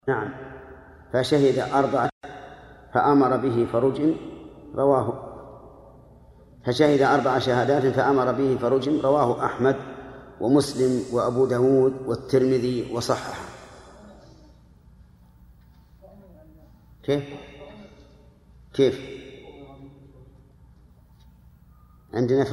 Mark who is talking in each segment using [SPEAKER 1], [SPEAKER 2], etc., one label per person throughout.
[SPEAKER 1] نعم. فشهد 4 فأمر به فرجم فشهد 4 شهادات فأمر به فرجم رواه أحمد ومسلم وأبو داود والترمذي وصححه. كيف عندنا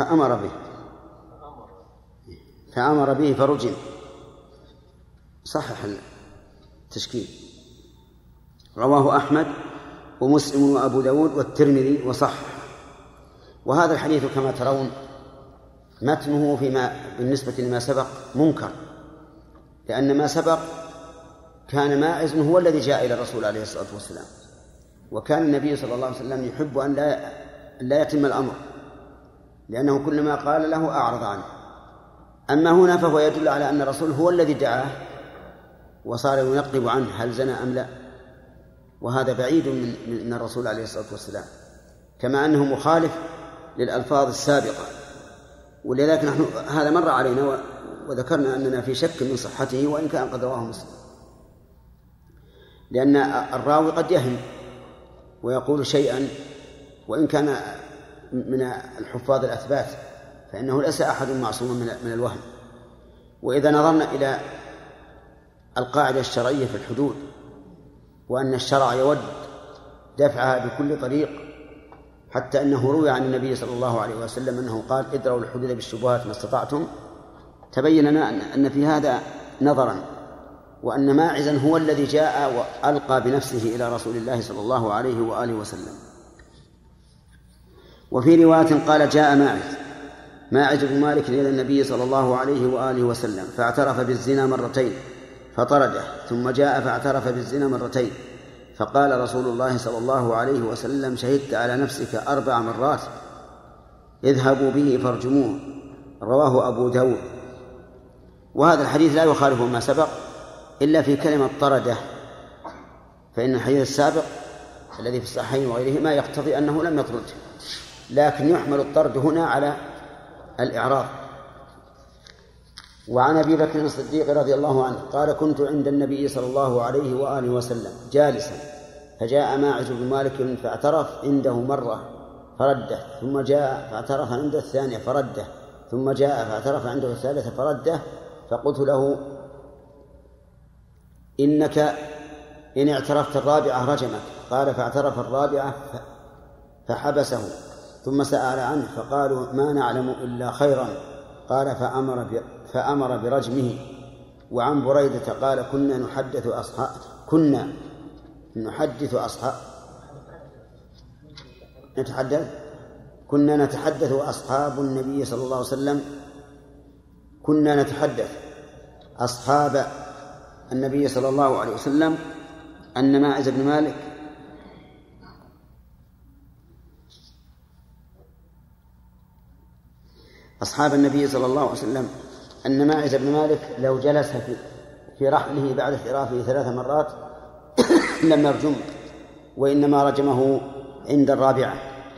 [SPEAKER 1] فأمر به فرجم، صحح التشكيل. رواه أحمد ومسلم وأبو داود والترمذي وصححه. وهذا الحديث كما ترون متنه بالنسبة لما سبق منكر، لأن ما سبق كان ماعز هو الذي جاء إلى الرسول عليه الصلاة والسلام، وكان النبي صلى الله عليه وسلم يحب أن لا يتم الأمر، لأنه كلما قال له أعرض عنه. أما هنا فهو يدل على أن الرسول هو الذي دعاه وصار ينقب عنه هل زنى أم لا، وهذا بعيد من الرسول عليه الصلاة والسلام، كما أنه مخالف للألفاظ السابقة. ولذلك نحن هذا مر علينا وذكرنا أننا في شك من صحته وإن كان قد رواه مسلم، لأن الراوي قد يهم ويقول شيئا وإن كان من الحفاظ الأثبات، فإنه ليس أحد معصوم من الوهم. وإذا نظرنا إلى القاعدة الشرعية في الحدود، وأن الشرع يود دفعها بكل طريق، حتى أنه روي عن النبي صلى الله عليه وسلم أنه قال ادروا الحدود بالشبهات ما استطعتم، تبين لنا أن في هذا نظرا، وأن ماعزا هو الذي جاء وألقى بنفسه إلى رسول الله صلى الله عليه وآله وسلم. وفي رواية قال جاء ماعز بن مالك إلى النبي صلى الله عليه وآله وسلم فاعترف بالزنا 2 مرتين فطرده، ثم جاء فاعترف بالزنا 2 مرتين، فقال رسول الله صلى الله عليه وسلم شهدت على نفسك 4 مرات، اذهبوا به فارجموه. رواه أبو داود. وهذا الحديث لا يخالف ما سبق إلا في كلمة طرده، فإن الحديث السابق الذي في الصحيحين وغيره ما يقتضي أنه لم يطرده، لكن يحمل الطرد هنا على الإعراض. وعن أبي بكر الصديق رضي الله عنه قال كنت عند النبي صلى الله عليه وآله وسلم جالسا، فجاء ماعز بن مالك فاعترف عنده 1 مرة فرده، ثم جاء فاعترف عنده 2 فرده، ثم جاء فاعترف عنده 3 فرده، فقلت له إنك إن اعترفت 4 رجمك. قال فاعترف 4 فحبسه، ثم سأل عنه فقالوا ما نعلم إلا خيرا. قال فأمر برجمه. وعن بريدة قال كنا نتحدث أصحاب النبي صلى الله عليه وسلم كنا نتحدث أصحاب النبي صلى الله عليه وسلم أن ماعز بن مالك أصحاب النبي صلى الله عليه وسلم أن ماعز بن مالك لو جلس في رحله بعد اعترافه 3 مرات لم يرجمه، وإنما رجمه عند 4.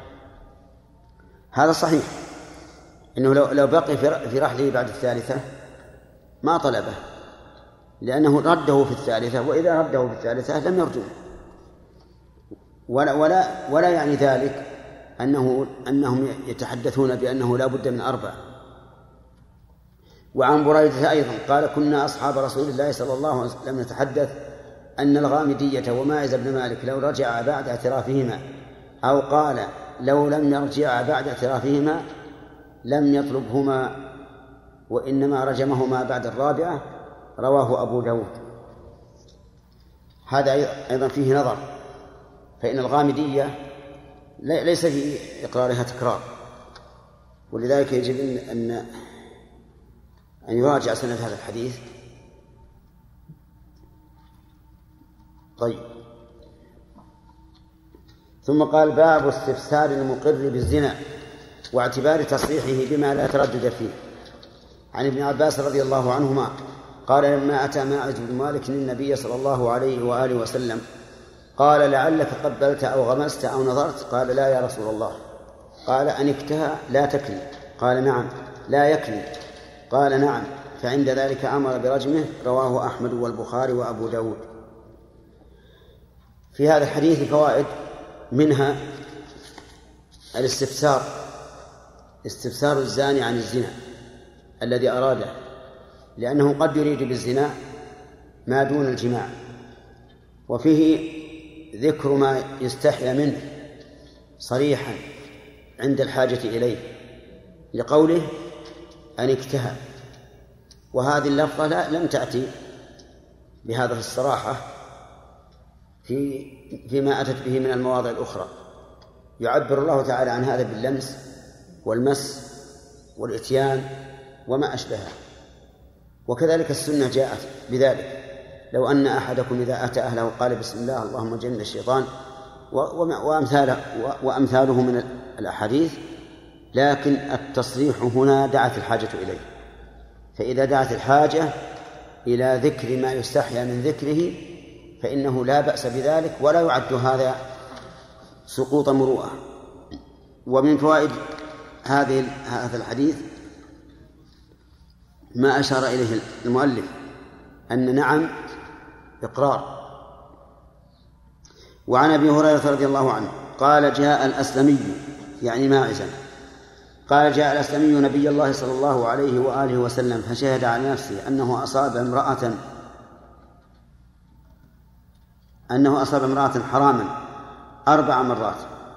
[SPEAKER 1] هذا صحيح، إنه لو بقي في رحله بعد 3 ما طلبه، لأنه رده في 3، وإذا رده في 3 لم يرجمه. ولا يعني ذلك أنهم يتحدثون بأنه لا بد من 4. وعن بريدة أيضا قال كنا أصحاب رسول الله صلى الله عليه وسلم نتحدث أن الغامدية وماعز بن مالك لو رجع بعد اعترافهما، أو قال لو لم يرجع بعد اعترافهما لم يطلبهما وإنما رجمهما بعد 4. رواه أبو داود. هذا أيضا فيه نظر، فإن الغامدية ليس في إقرارها تكرار، ولذلك يجب أن يراجع سند هذا الحديث. طيب، ثم قال باب استفسار المقر بالزنا واعتبار تصريحه بما لا تردد فيه. عن ابن عباس رضي الله عنهما قال لما أتى ماعز بن مالك للنبي صلى الله عليه وآله وسلم قال لعلك قبلت أو غمست أو نظرت؟ قال لا يا رسول الله. قال أنكتها لا تكني؟ قال نعم. لا يكني؟ قال نعم. فعند ذلك أمر برجمه. رواه أحمد والبخاري وأبو داود. في هذا الحديث فوائد، منها استفسار الزاني عن الزنا الذي أراده، لأنه قد يريد بالزنا ما دون الجماع، وفيه ذكر ما يستحيا منه صريحا عند الحاجة إليه، لقوله أن اكتهى، وهذه اللفظة لم تأتي بهذا الصراحة فيما أتت به من المواضع الأخرى. يعبر الله تعالى عن هذا باللمس والمس والإتيان وما أشبهه، وكذلك السنة جاءت بذلك. لو أن أحدكم إذا أتى أهله قال بسم الله اللهم جنب الشيطان وأمثاله من الأحاديث، لكن التصريح هنا دعت الحاجة إليه، فإذا دعت الحاجة إلى ذكر ما يستحيا من ذكره فإنه لا بأس بذلك، ولا يعد هذا سقوط مروءة. ومن فوائد هذا الحديث ما أشار إليه المؤلف، أن نعم إقرار. وعن أبي هريرة رضي الله عنه قال جاء الأسلمي، يعني ماعزا، قال جاء الأسلمي نبي الله صلى الله عليه وآله وسلم فشهد على نفسه أنه أصاب امرأة حراما 4 مرات.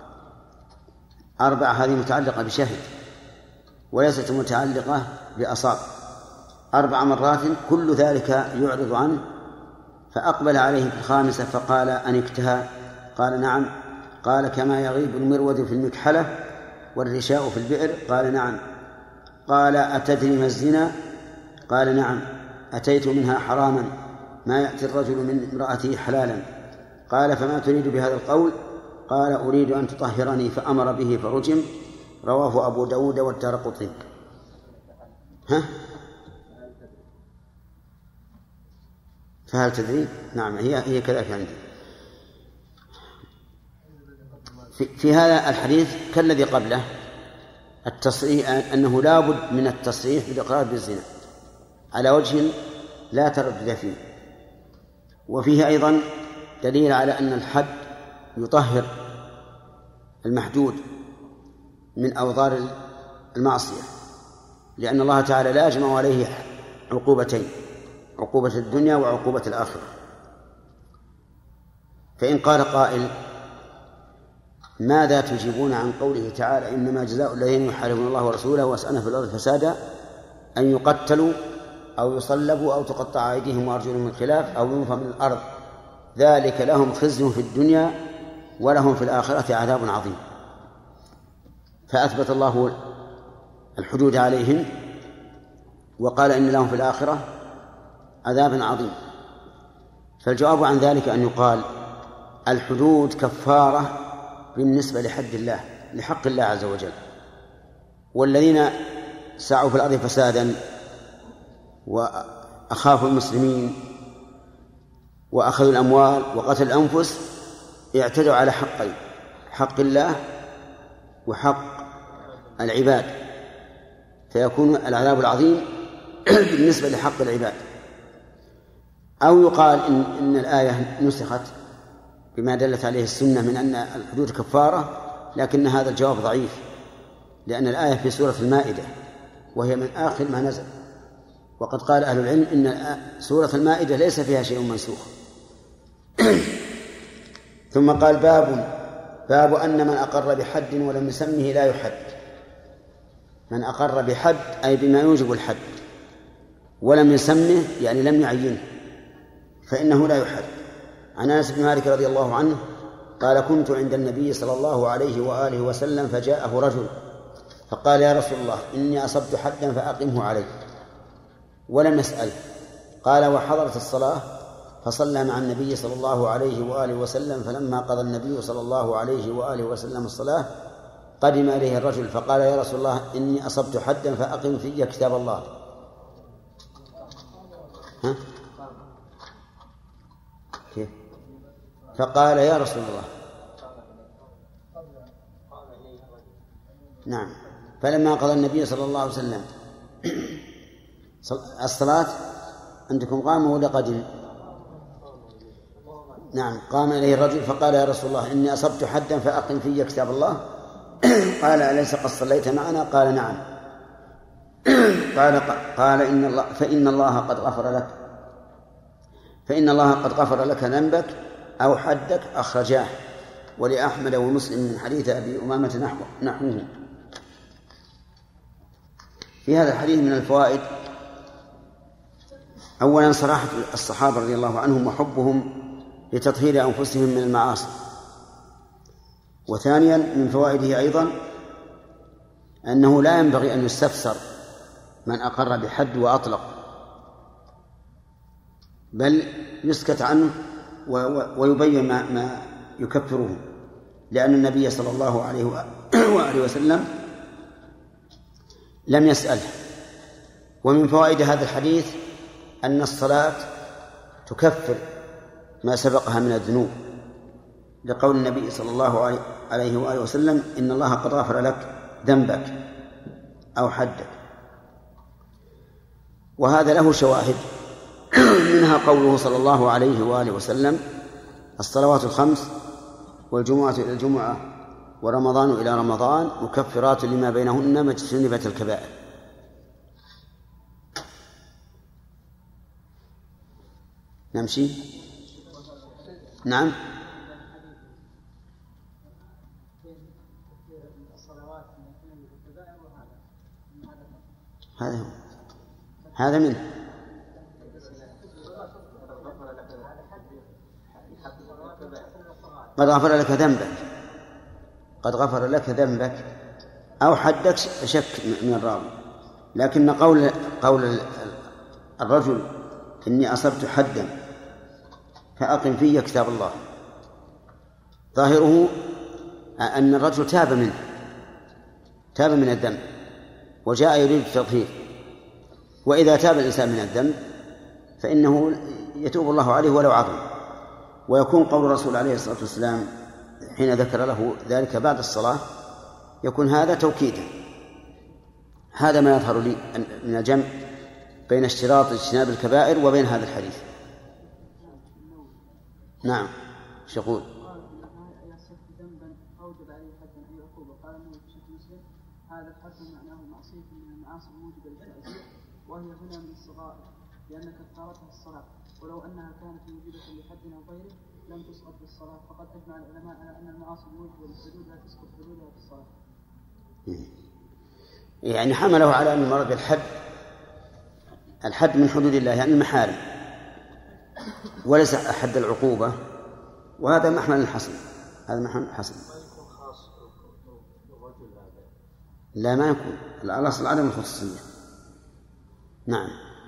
[SPEAKER 1] 4 هذه متعلقة بشهد وليست متعلقة بأصاب. 4 مرات كل ذلك يعرض عنه، فأقبل عليه في الخامسة فقال أن اكتهى؟ قال نعم. قال كما يغيب المرود في المكحلة والرشاء في البئر؟ قال نعم. قال أتدري ما الزنا؟ قال نعم. أتيت منها حراما ما يأتي الرجل من امرأته حلالا. قال فما تريد بهذا القول؟ قال أريد أن تطهرني، فأمر به فرجم. رواه أبو داود والدارقطني. فهل تدري؟ نعم هي كذلك عندي. في هذا الحديث كالذي قبله التصريح أنه لا بد من التصريح بالإقرار بالزنا على وجه لا تردد فيه. وفيه أيضا دليل على أن الحد يطهر المحدود من أوضار المعصية، لأن الله تعالى لا يجمع عليه عقوبتين، عقوبة الدنيا وعقوبة الآخرة. فإن قال قائل ماذا تجيبون عن قوله تعالى إنما جزاء الذين يحاربون الله ورسوله ويسعون في الأرض فسادا أن يقتلوا أو يصلبوا أو تقطع أيديهم وأرجلهم من خلاف أو ينفوا من الأرض ذلك لهم خزي في الدنيا ولهم في الآخرة عذاب عظيم. فأثبت الله الحدود عليهم وقال إن لهم في الآخرة عذاب عظيم. فالجواب عن ذلك أن يقال الحدود كفارة بالنسبة لحد الله، لحق الله عز وجل. والذين سعوا في الأرض فسادا وأخافوا المسلمين وأخذوا الأموال وقتل الأنفس اعتدوا على حقين، حق الله وحق العباد، فيكون العذاب العظيم بالنسبة لحق العباد. أو يقال إن الآية نسخت بما دلت عليه السنة من أن الحدود كفارة، لكن هذا الجواب ضعيف، لأن الآية في سورة المائدة وهي من آخر ما نزل، وقد قال أهل العلم إن سورة المائدة ليس فيها شيء منسوخ. ثم قال باب أن من أقر بحد ولم يسمه لا يحد. من أقر بحد أي بما يوجب الحد ولم يسمه يعني لم يعينه فإنه لا يحد. عن أنس بن مالك رضي الله عنه قال كنت عند النبي صلى الله عليه وآله وسلم فجاءه رجل فقال يا رسول الله إني أصبت حدا فأقمه علي، ولم يسأل. قال وحضرت الصلاة فصلى مع النبي صلى الله عليه وآله وسلم، فلما قضى النبي صلى الله عليه وآله وسلم الصلاة قدم إليه الرجل فقال يا رسول الله إني أصبت حدا فأقم في كتاب الله. كيف؟ فقال يا رسول الله نعم. فلما قضى النبي صلى الله عليه وسلم الصلاة عندكم قاموا ولا قدم؟ نعم. قام إليه الرجل فقال يا رسول الله إني أصبت حدا فأقم في كتاب الله. قال أليس قد صليت معنا؟ قال نعم. قال فإن الله قد غفر لك ذنبك أو حدك. أخرجاه ولأحمد ومسلم من حديث أبي أمامة نحوه. في هذا الحديث من الفوائد: أولا صراحة الصحابة رضي الله عنهم وحبهم لتطهير أنفسهم من المعاصي. وثانيا من فوائده أيضا أنه لا ينبغي أن يستفسر من أقر بحد وأطلق، بل يسكت عنه ويبين ما يكفره، لأن النبي صلى الله عليه وآله وسلم لم يسأله. ومن فوائد هذا الحديث أن الصلاة تكفر ما سبقها من الذنوب، لقول النبي صلى الله عليه وآله وسلم إن الله قد غفر لك ذنبك أو حدك. وهذا له شواهد، منها قوله صلى الله عليه وآله وسلم: الصلوات الخمس والجمعة إلى الجمعة ورمضان إلى رمضان مكفرات لما بينهن ما اجتنبت الكبائر. نمشي. نعم. هذا منه. قد غفر لك ذنبك، قد غفر لك ذنبك أو حدك شك من الراوي، لكن قول الرجل إني أصبت حدا فأقم في كتاب الله ظاهره أن الرجل تاب من الذنب وجاء يريد التطهير. وإذا تاب الإنسان من الذنب فإنه يتوب الله عليه ولو عظم. ويكون قول الرسول عليه الصلاة والسلام حين ذكر له ذلك بعد الصلاة يكون هذا توكيدا. هذا ما يظهر لي من الجمع بين اشتراط اجتناب الكبائر وبين هذا الحديث. نعم. ايش يقول؟
[SPEAKER 2] هذا الحد معناه معصية من المعاصي الموجبة للتعزير، وهي هنا من الصغائر لأن كفارتها الصلاة، ولو أنها كانت موجبة لحد أو غيره لم تسقط بالصلاة، فقد أجمع العلماء على أن المعاصي الموجبة للحدود لا تسقط حدودها في الصلاة.
[SPEAKER 1] يعني حمله على أن المراد الحد من حدود الله، يعني المحارم، وليس حد العقوبة. وهذا محمل الحسن، هذا محمل الحسن. لا، ما يكون الأصل عدم الخصوصية. نعم.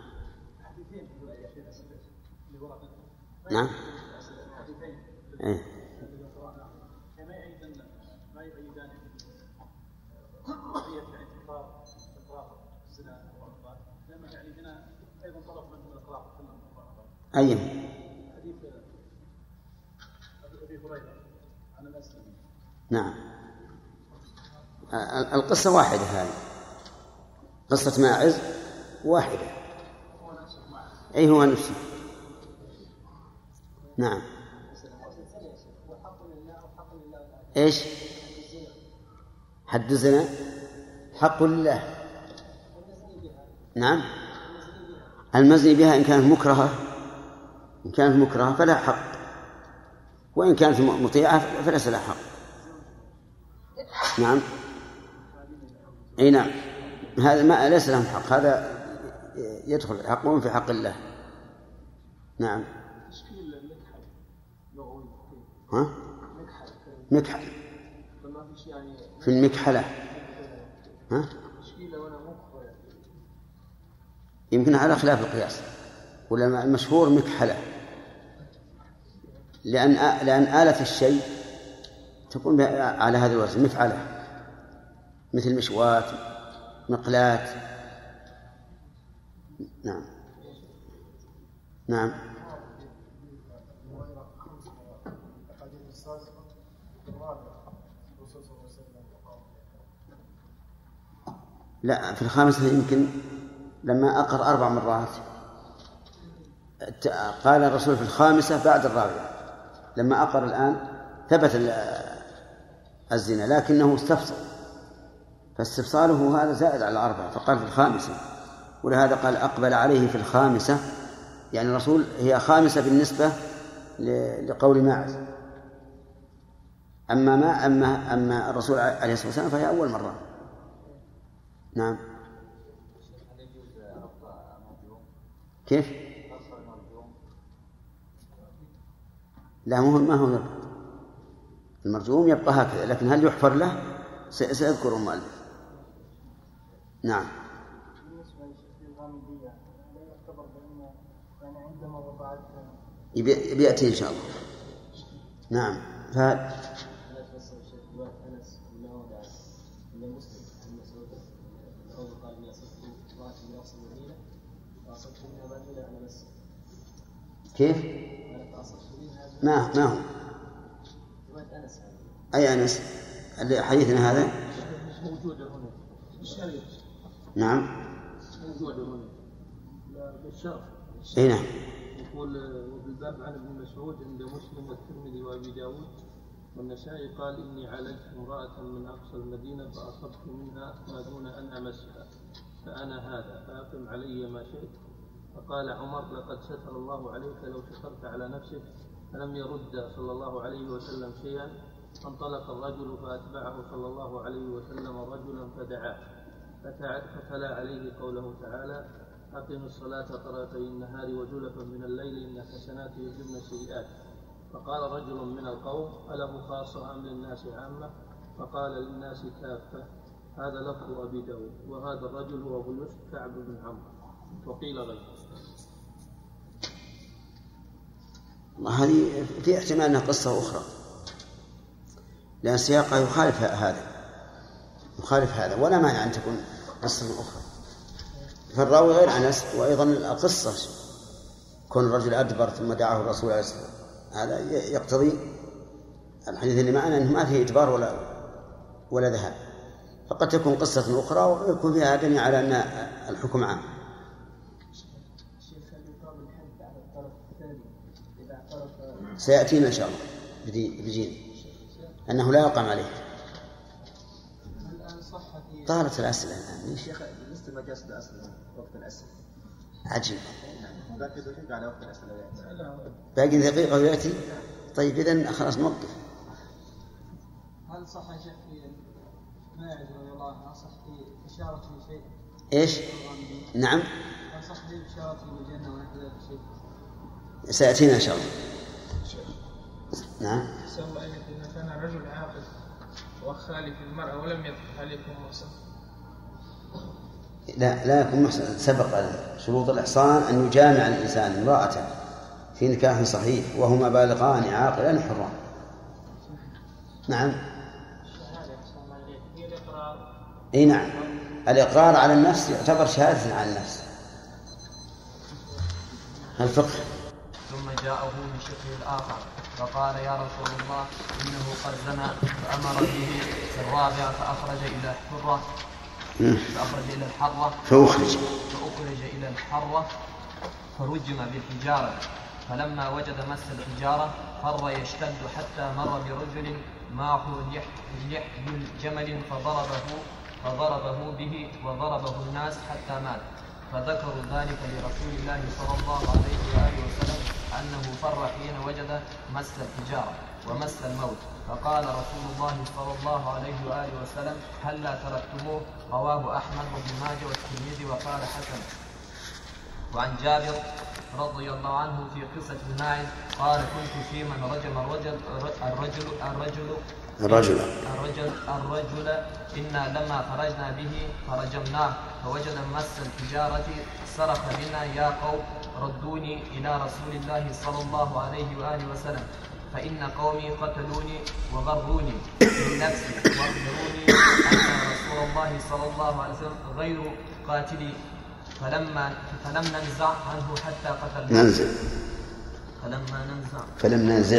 [SPEAKER 1] نعم. إيه. أيه. نعم. القصة واحدة، هذه قصة ماعز واحدة. أي هو نفسه. نعم. إيش؟ حد الزنا حق لله. نعم. المزني بها إن كانت مكرهة فلا حق، وإن كانت مطيعة فليس لها حق. نعم. أي نعم. هذا ما ليس لهم حق، هذا يدخل حقهم في حق الله. نعم. ها؟ مكحل في المكحلة. ها؟ يمكن على خلاف القياس، ولا المشهور مكحلة، لأن آلة الشيء تكون على هذا الوزن، مفعلة، مثل مشواة، مقلاة. نعم. نعم. لا، في الخامسة يمكن لما أقر 4 مرات قال الرسول في الخامسة بعد الرابعة لما أقر الآن ثبت الزنا لكنه استفصل، فاستفصاله هذا زائد على 4 فقال في 5، ولهذا قال أقبل عليه في 5، يعني الرسول هي 5 بالنسبة لقول ماعز. أما الرسول عليه الصلاة والسلام فهي أول مرة. نعم. كيف؟ لا ما هو المرجوم يبقى هكذا، لكن هل يحفر له سيذكر المؤلف. نعم. بيأتي إن شاء الله. نعم. كيف؟ ما هو أي أنس حديثنا هذا
[SPEAKER 3] موجود هنا الشريف.
[SPEAKER 1] نعم
[SPEAKER 3] موجود هنا بالشرف.
[SPEAKER 1] أي نعم.
[SPEAKER 3] يقول وبالباب عن ابن مسعود عند مسلم والترمذي وأبي داود والنسائي قال إني عالجت امرأة من أقصى المدينة فأصبت منها ما دون أن أمسها فأنا هذا فأقم علي ما شئت. فقال عمر لقد ستر الله عليك لو سترت على نفسك، فلم يرد صلى الله عليه وسلم شيئا. فانطلق الرجل فأتبعه صلى الله عليه وسلم رجلا فدعاه فتلا عليه قوله تعالى أقم الصلاة طرفي النهار وزلفا من الليل إن حسنات يذهبن السيئات. فقال رجل من القوم أله خاصة أم للناس عامة؟ فقال للناس كافة. هذا لفظ أبي داود. وهذا الرجل هو أبو الوسط كعب بن عمرو وقيل غيره.
[SPEAKER 1] هذه في احتمال أنها قصة أخرى لأن سياقها يخالف هذا ولا مانع أن تكون قصة أخرى. فالراوي غير أنس، وأيضا القصة كون الرجل أدبر ثم دعاه الرسول عليه الصلاة والسلام هذا يقتضي الحديث اللي معنا أنه ما فيه إجبار ولا ذهاب، فقد تكون قصة أخرى ويكون فيها دليل على أن الحكم عام. سيأتينا إن شاء الله بجيل أنه لا يقام عليه. طالت الأسئلة الآن
[SPEAKER 4] شيخ لست مجاز الأسئلة وقت الأسئلة
[SPEAKER 1] عجيب.
[SPEAKER 4] باقي دقيقة على وقت الأسئلة.
[SPEAKER 1] باقي دقيقة ويأتي. طيب إذن خلاص نوقف.
[SPEAKER 2] هل صح يا شيخ في ماعز رضي الله عنه صح في إشارة لشيء؟
[SPEAKER 1] إيش؟ نعم.
[SPEAKER 2] هل صح في إشارة للجنة ونحو ذلك شيء؟
[SPEAKER 1] سيأتينا إن شاء الله. نعم.
[SPEAKER 5] سوى إذا كان رجل عاقل وخالف المرأة ولم يدخل عليكم محسن.
[SPEAKER 1] لا يكون محسن. سبق شروط الإحصان أن يجامع الإنسان امرأته في نكاح صحيح وهما بالغان عاقلان حران. نعم. اي نعم. الإقرار على النفس يعتبر شهادة على النفس. الفقه.
[SPEAKER 6] ثم جاءه من شقه الآخر فقال يا رسول الله إنه قد زنى، فأمر به في الرابعة فأخرج إلى الحرة فأخرج إلى الحرة فرجم بالحجارة. فلما وجد مس الحجارة فر يشتد حتى مر برجل معه لحم جمل فضربه به وضربه الناس حتى مات. فذكروا ذلك لرسول الله صلى الله عليه وآله وسلم أنه فر حين وجد مس الحجارة ومس الموت. فقال رسول الله صلى الله عليه وآله وسلم هلا تركتموه. رواه أحمد وابن ماجه والترمذي وقال حسن. وعن جابر رضي الله عنه في قصة الماعز قال كنت في من رجم الرجل إنا لما خرجنا به فرجمناه فوجد مس الحجارة صرخ بنا يا قوم ردوني إلى رسول الله صلى الله عليه وآله وسلم فإن قومي قتلوني وغروني من نفسي وأخبروني أن رسول الله صلى الله عليه وسلم غير قاتلي فلم ننزع عنه حتى قتلناه.
[SPEAKER 1] فلم ننزع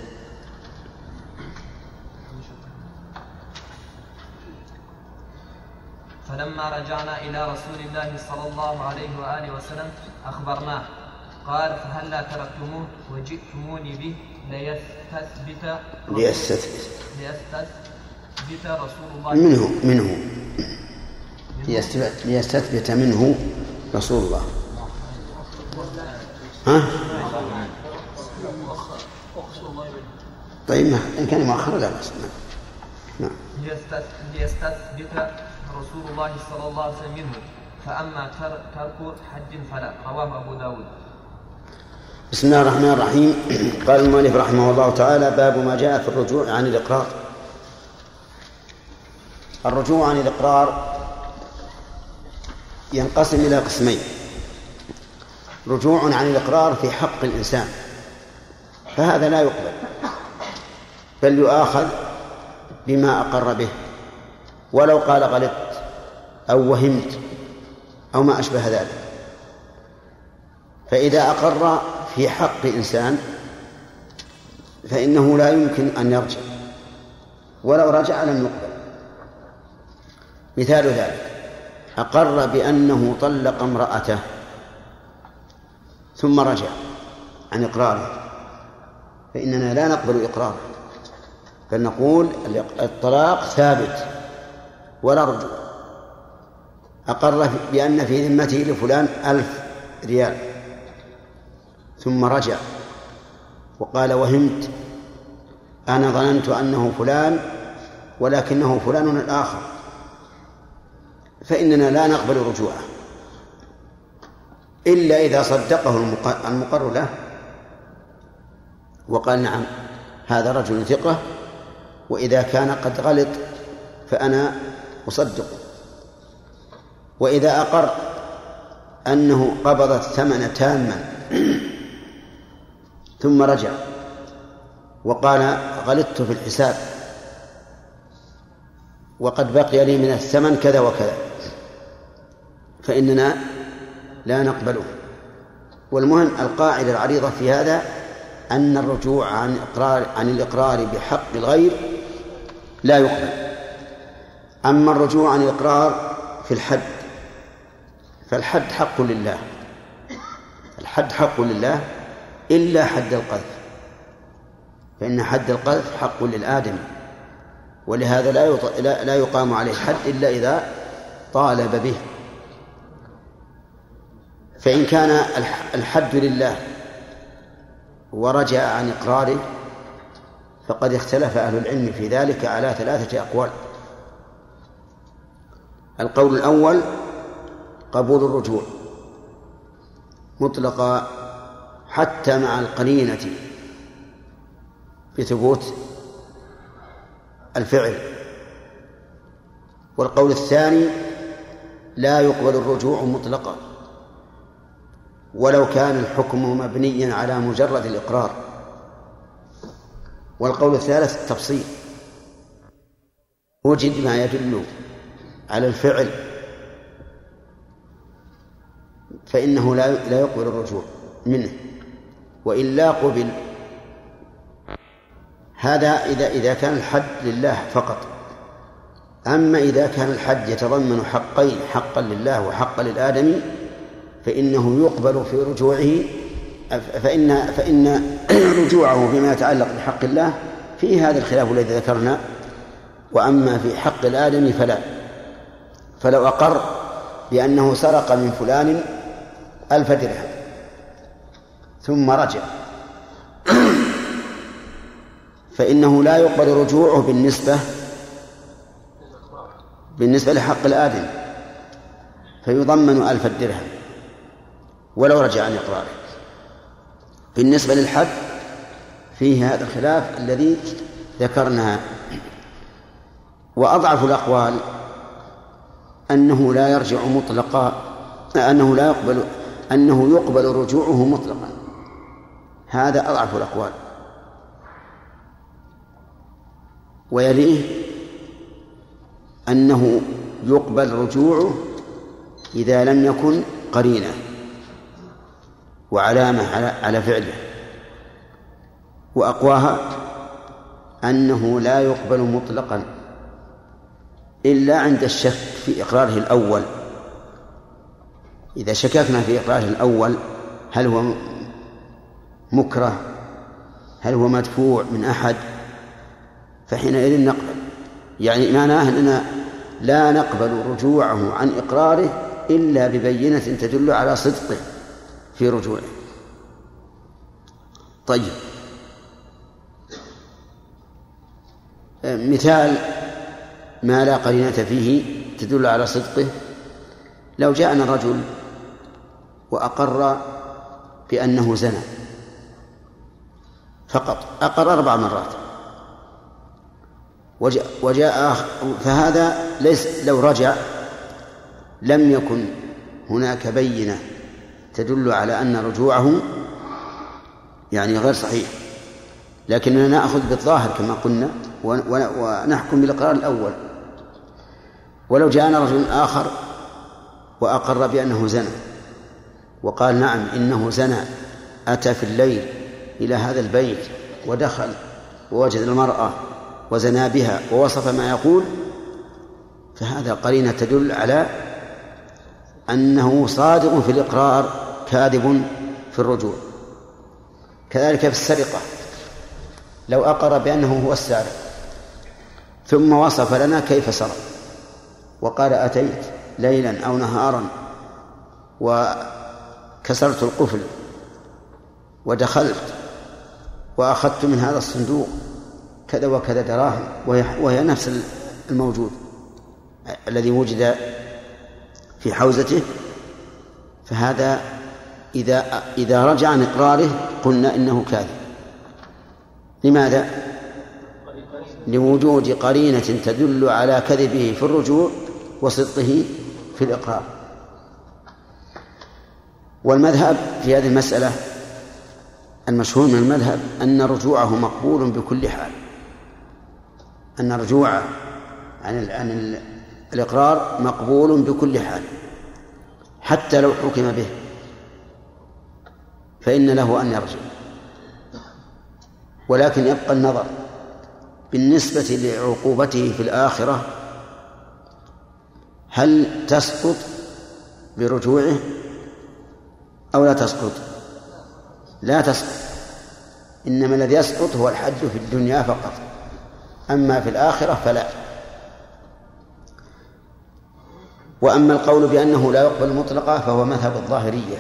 [SPEAKER 6] فلما رجعنا إلى رسول الله صلى الله عليه وآله وسلم أخبرناه. قال فهلا تركتموه وجئتموني ليستثبت رسول الله
[SPEAKER 1] ليستثبت منه رسول الله. ها؟ طيب إن كان مؤخرا لا بأس. نعم.
[SPEAKER 6] ليستثبت رسول الله صلى الله عليه وسلم منه، فأما ترك حج فلا. رواه أبو داود.
[SPEAKER 1] بسم الله الرحمن الرحيم. قال المؤلف رحمه الله تعالى: باب ما جاء في الرجوع عن الإقرار. الرجوع عن الإقرار ينقسم إلى قسمين: رجوع عن الإقرار في حق الإنسان، فهذا لا يقبل، بل يؤاخذ بما أقر به، ولو قال غلطت أو وهمت أو ما أشبه ذلك. فإذا أقر في حق إنسان فإنه لا يمكن أن يرجع، ولو رجع لم يقبل. مثال ذلك: أقر بأنه طلق امرأته ثم رجع عن إقراره، فإننا لا نقبل إقراره، بل نقول الطلاق ثابت ولا رجوع. أقر بأن في ذمته لفلان 1000 ريال ثم رجع وقال: وهمت، أنا ظننت أنه فلان ولكنه فلان الآخر، فإننا لا نقبل رجوعه إلا إذا صدقه المقر له وقال: نعم هذا رجل ثقة، وإذا كان قد غلط فأنا أصدقه. وإذا أقر أنه قبض الثمن تاما ثم رجع وقال: غلطت في الحساب وقد بقي لي من الثمن كذا وكذا، فإننا لا نقبله. والمهم القاعدة العريضة في هذا أن الرجوع عن الإقرار بحق الغير لا يقبل. أما الرجوع عن الإقرار في الحد فالحد حق لله، الحد حق لله إلا حد القذف، فإن حد القذف حق للآدمي، ولهذا لا يقام عليه حد إلا إذا طالب به. فإن كان الحد لله ورجع عن إقراره فقد اختلف أهل العلم في ذلك على 3 أقوال. القول الأول: قبول الرجوع مطلقا حتى مع القرينة بثبوت الفعل. والقول الثاني: لا يقبل الرجوع مطلقا ولو كان الحكم مبنيا على مجرد الإقرار. والقول الثالث: التفصيل، وجد ما يدل على الفعل فإنه لا يقبل الرجوع منه، وإلا قبل. هذا إذا كان الحد لله فقط. أما إذا كان الحد يتضمن حقين: حقا لله وحقا للآدمي، فإنه يقبل في رجوعه، فإن رجوعه فيما يتعلق بحق الله فيه هذا الخلاف الذي ذكرنا. وأما في حق الآدمي فلو أقر بأنه سرق من فلان 1000 درهم ثم رجع فإنه لا يقبل رجوعه بالنسبة لحق الآدم، فيضمن 1000 درهم ولو رجع عن إقراره. بالنسبة للحد فيه هذا الخلاف الذي ذكرناه. وأضعف الأقوال أنه لا يرجع مطلقا، أنه يقبل رجوعه مطلقا. هذا أضعف الأقوال. ويليه أنه يقبل رجوعه إذا لم يكن قرينة وعلامة على فعله. وأقواها أنه لا يقبل مطلقا إلا عند الشك في إقراره الأول. إذا شككنا في إقراره الأول هل هو مكره هل هو مدفوع من أحد، فحينئذ نقبل. يعني معناه أننا لا نقبل رجوعه عن إقراره إلا ببينة تدل على صدقه في رجوعه. طيب، مثال ما لا قرينة فيه تدل على صدقه: لو جاءنا رجل وأقر بأنه زنى فقط، أقر 4 مرات، وجاء فهذا ليس، لو رجع لم يكن هناك بينة تدل على أن رجوعه يعني غير صحيح، لكننا نأخذ بالظاهر كما قلنا ونحكم بالإقرار الأول. ولو جاءنا رجل آخر وأقر بأنه زنى وقال نعم إنه زنى، أتى في الليل إلى هذا البيت ودخل ووجد المرأة وزنى بها ووصف ما يقول، فهذا قرينة تدل على أنه صادق في الإقرار كاذب في الرجوع. كذلك في السرقة، لو أقر بأنه هو السارق ثم وصف لنا كيف سرق وقال أتيت ليلا أو نهارا وكسرت القفل ودخلت وأخذت من هذا الصندوق كذا وكذا دراهم، وهي نفس الموجود الذي وجد في حوزته، فهذا إذا رجع عن إقراره قلنا إنه كاذب. لماذا؟ لوجود قرينة تدل على كذبه في الرجوع وصدقه في الإقرار. والمذهب في هذه المسألة المشهور من المذهب أن رجوعه مقبول بكل حال، أن رجوعه عن الإقرار مقبول بكل حال، حتى لو حكم به فإن له أن يرجع. ولكن يبقى النظر بالنسبة لعقوبته في الآخرة، هل تسقط برجوعه أو لا تسقط؟ لا تسقط، إنما الذي يسقط هو الحد في الدنيا فقط، أما في الآخرة فلا. وأما القول بأنه لا يقبل مطلقا فهو مذهب الظاهرية،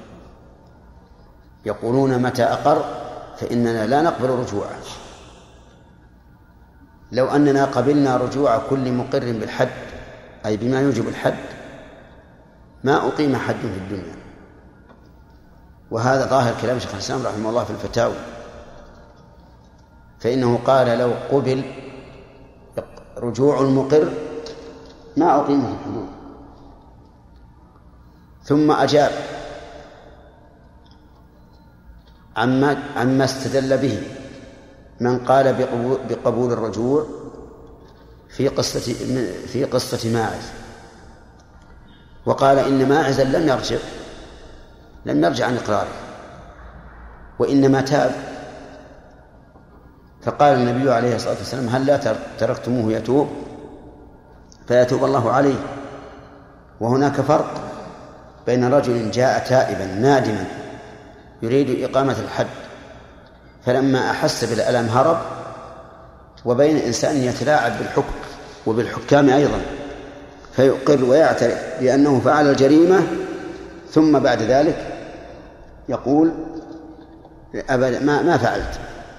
[SPEAKER 1] يقولون متى أقر فإننا لا نقبل رجوعه. لو أننا قبلنا رجوع كل مقر بالحد أي بما يوجب الحد ما أقيم حد في الدنيا. وهذا ظاهر كلام شيخ الإسلام رحمه الله في الفتاوى، فإنه قال لو قبل رجوع المقر ما أقيمه الحدود. ثم أجاب عما استدل به من قال بقبول الرجوع في قصة ماعز، وقال إن ماعزا لم يرجع عن إقراره وإنما تاب، فقال النبي عليه الصلاة والسلام هل لا تركتموه يتوب فيتوب الله عليه. وهناك فرق بين رجل جاء تائبا نادما يريد إقامة الحد فلما أحس بالألم هرب، وبين إنسان يتلاعب بالحكم وبالحكام أيضا فيقر ويعترف بأنه فعل الجريمة ثم بعد ذلك يقول أبدا ما فعلت.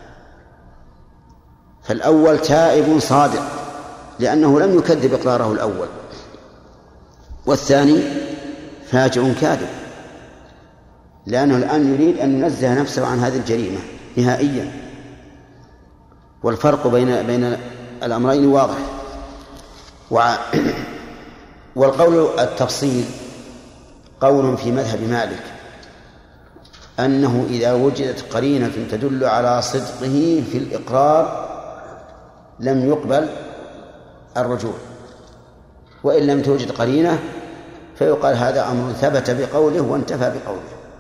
[SPEAKER 1] فالأول تائب صادق لأنه لم يكذب إقراره الأول، والثاني فاجع كاذب لأنه الآن يريد أن ينزه نفسه عن هذه الجريمة نهائيا. والفرق بين الأمرين واضح. والقول التفصيل قول في مذهب مالك أنه إذا وجدت قرينة تدل على صدقه في الإقرار لم يقبل الرجوع، وإن لم توجد قرينة فيقال هذا أمر ثبت بقوله وانتفى بقوله.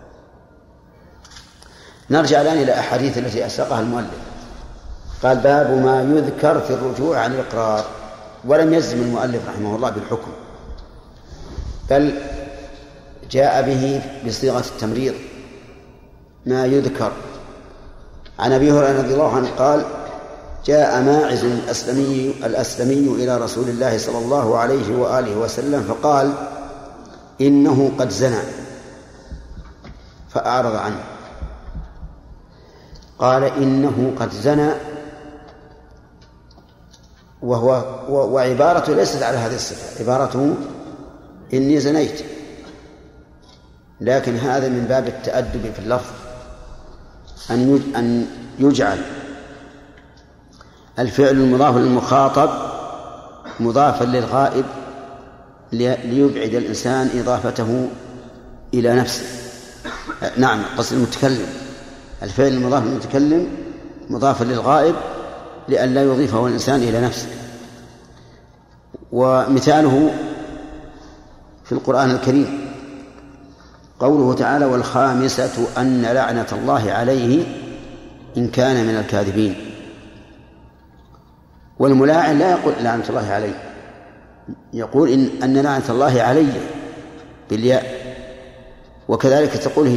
[SPEAKER 1] نرجع الآن إلى أحاديث التي أساقها المؤلف. قال باب ما يذكر في الرجوع عن الإقرار، ولم يجزم المؤلف رحمه الله بالحكم، بل جاء به بصيغة التمريض ما يذكر عن أبي هريرة رضي الله عنه قال: جاء ماعز الأسلمي إلى رسول الله صلى الله عليه وآله وسلم فقال: إنه قد زنى، فأعرض عنه. قال: إنه قد زنى، وعبارته ليست على هذه الصفة، عبارته إني زنيت، لكن هذا من باب التأدب في اللفظ، أن يجعل الفعل المضاف للمخاطب مضافا للغائب ليبعد الإنسان إضافته إلى نفسه. نعم، قصد المتكلم، الفعل المضاف للمتكلم مضافا للغائب لئلا يضيفه الإنسان إلى نفسه. ومثاله في القرآن الكريم قوله تعالى: والخامسة أن لعنة الله عليه إن كان من الكاذبين. والملاعن لا يقول لعنة الله عليه، يقول أن لعنة الله علي بالياء. وكذلك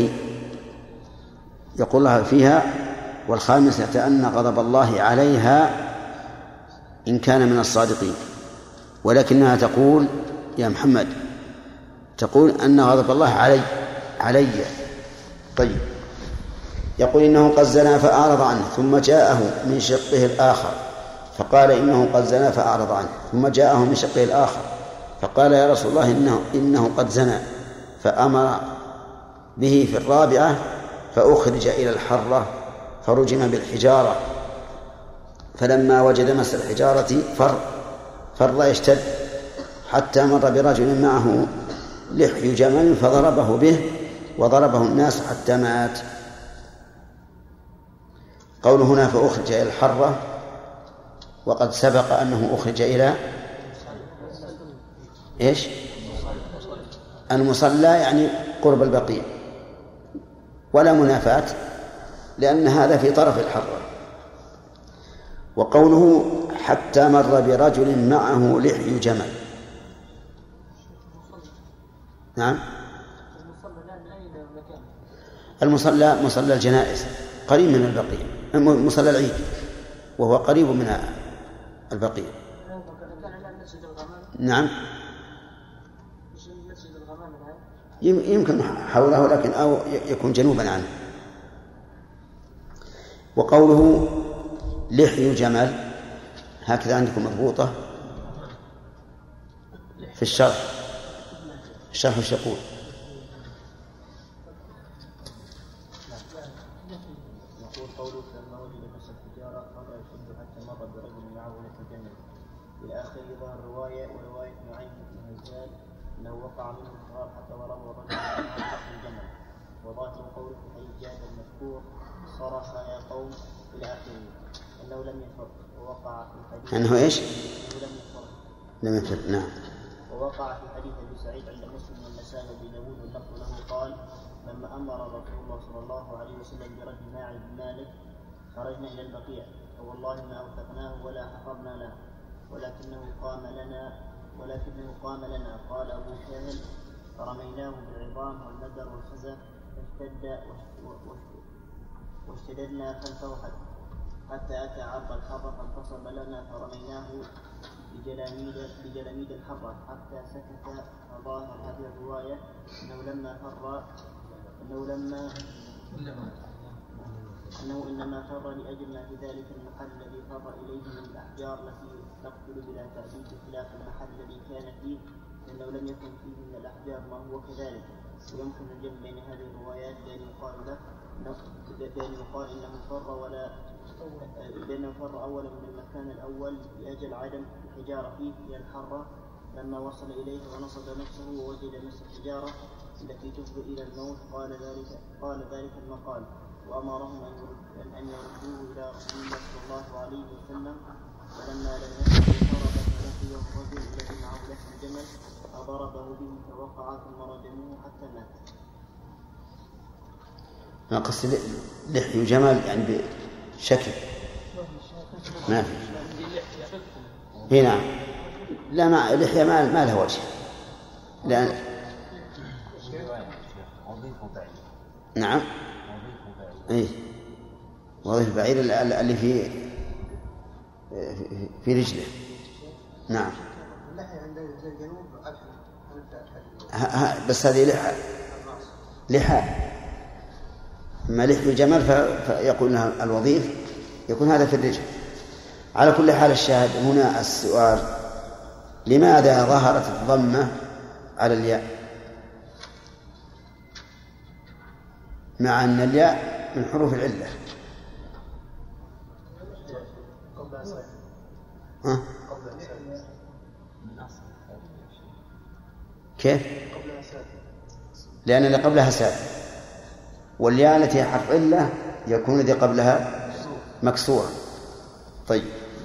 [SPEAKER 1] يقول الله فيها: والخامسة أن غضب الله عليها إن كان من الصادقين. ولكنها تقول يا محمد، تقول أن غضب الله علي. طيب، يقول: إنه قد زنى فأعرض عنه، ثم جاءه من شقه الآخر فقال: إنه قد زنى فأعرض عنه، ثم جاءه من شقه الآخر فقال: يا رسول الله إنه قد زنى، فأمر به في الرابعة فأخرج إلى الحرة فرجم بالحجارة، فلما وجد مس الحجارة فر يشتد حتى مر برجل معه لحي جمل فضربه به وضربه الناس حتى مات. قوله هنا فأخرج إلى الحرة، وقد سبق أنه أخرج إلى إيش؟ المصلى، يعني قرب البقيع، ولا منافاة لأن هذا في طرف الحرة. وقوله حتى مر برجل معه لحي جمل، نعم، المصلى مصلى الجنائز قريب من البقيع، مصلى العيد وهو قريب من البقيع. نعم، يمكن حوله لكن أو يكون جنوبا عنه. وقوله لحي جمل هكذا عندكم مضبوطة في الشرح وش يقول؟
[SPEAKER 4] يقول قوله لما وجد مس الحجارة مر يشد حتى مر برجل معه لحي جمل إلى آخر ظهر الرواية. ورواية نعيم بن هزال أنه وقع منه الصغار حتى ضربه الرجل معه لحي الجمل. وظاهر قوله في حديث جابر المذكور: صرخ يا قوم إلى آخره، أنه لم يفر. ووقع في الحديث
[SPEAKER 1] أنه إيش؟
[SPEAKER 4] لم يفر.
[SPEAKER 1] نعم.
[SPEAKER 4] ووقع في حديث أبي سعيد عند مسلم والنسائي وأبي داود واللفظ له قال: لما أمر رسول الله صلى الله عليه وسلم برجل ماعز بن مالك خرجنا إلى البقيع، فوالله ما أوثقناه ولا حفرنا له، ولكنه قام لنا. قال أبو كامل: فرميناه بالعظام والندر والخزف فاشتد واشتددنا خلفه حتى أتى عرض الحرة فانتصب لنا فرميناه بجلاميد الحرة حتى سكت. ظاهر هذه الرواية أنه إنما فر لأجل ما في ذلك المحل الذي فر إليه من الأحجار التي تقتل بلا تعديد، بخلاف المحل الذي كان فيه لأنه لم يكن فيه من الأحجار ما هو كذلك. ويمكن الجمع بين هذه الروايات بأن يقال إنه فر أولا من المكان الأول لأجل عدم الحجارة فيه إلى الحرة لما وصل إليه ونصب نفسه ووجد مس الحجارة التي تفضي إلى الموت. قال ذلك المقال، وأمرهم أن يردوه إلى رسول الله صلى الله عليه وسلم. فلما لم يكن ضرب فلقيه الرجل الذي معه لحم الجمل فضربه به فوقع ثم رجموه حتى مات.
[SPEAKER 1] ما قصد لحي جمل يعني بشكل ما في. هنا لا، ما لحية ما لها وجه، لأن نعم إيه وظيفة البعير اللي في رجله. نعم. بس هذه لحى ما لحى الجمل فيقول لها الوظيف يكون هذا في الرجل. على كل حال الشاهد هنا السؤال: لماذا ظهرت الضمة على الياء مع أن الياء من حروف العلة؟ كيف؟ لأن اللي قبلها ساكن، والياء التي حرف علة يكون الذي قبلها مكسورا. طيب،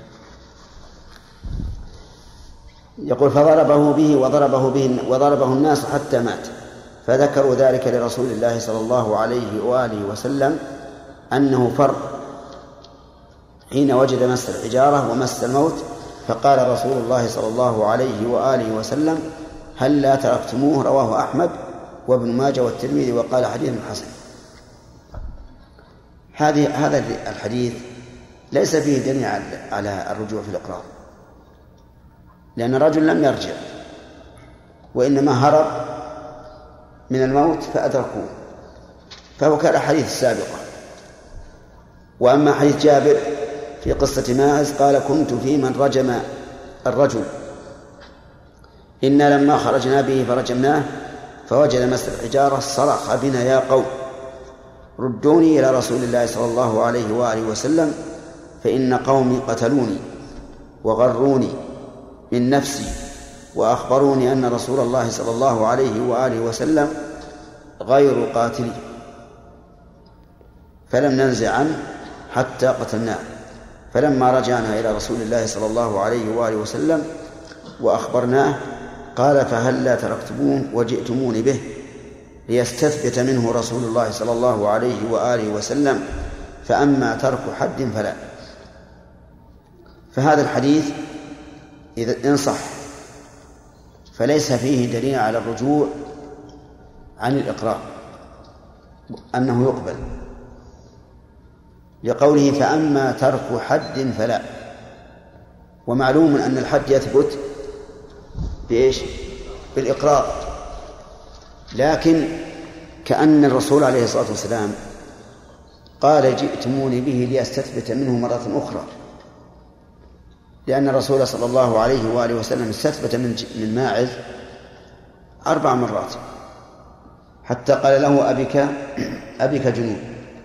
[SPEAKER 1] يقول: فضربه به وضربه الناس حتى مات، فذكروا ذلك لرسول الله صلى الله عليه وآله وسلم أنه فر حين وجد مس الحجارة ومس الموت، فقال رسول الله صلى الله عليه وآله وسلم: هل لا تركتموه؟ رواه أحمد وابن ماجه والترمذي وقال حديث حسن. هذا الحديث ليس فيه دليل على الرجوع في الإقرار، لأن الرجل لم يرجع وإنما هرب من الموت فأدركوه، فهو كالأحاديث السابقة. وأما حديث جابر في قصة ماعز قال: كنت في من رجم الرجل، إنا لما خرجنا به فرجمناه فوجد مس الحجارة صرخ بنا: يا قوم ردوني إلى رسول الله صلى الله عليه وآله وسلم، فإن قومي قتلوني وغروني من نفسي وأخبروني أن رسول الله صلى الله عليه وآله وسلم غير قاتلي، فلم ننزع عنه حتى قتلناه. فلما رجعنا إلى رسول الله صلى الله عليه وآله وسلم وأخبرناه قال: فهل لا تركتموه وجئتموني به ليستثبت منه رسول الله صلى الله عليه وآله وسلم، فأما ترك حد فلا. فهذا الحديث إذا إن صح فليس فيه دليل على الرجوع عن الإقرار أنه يقبل، لقوله: فأما ترك حد فلا. ومعلوم أن الحد يثبت بإيش؟ بالإقرار، لكن كأن الرسول عليه الصلاة والسلام قال: جئتموني به ليستثبت منه مرة أخرى، لأن الرسول صلى الله عليه وآله وسلم استثبت من ماعز 4 مرات حتى قال له: أبك جنون.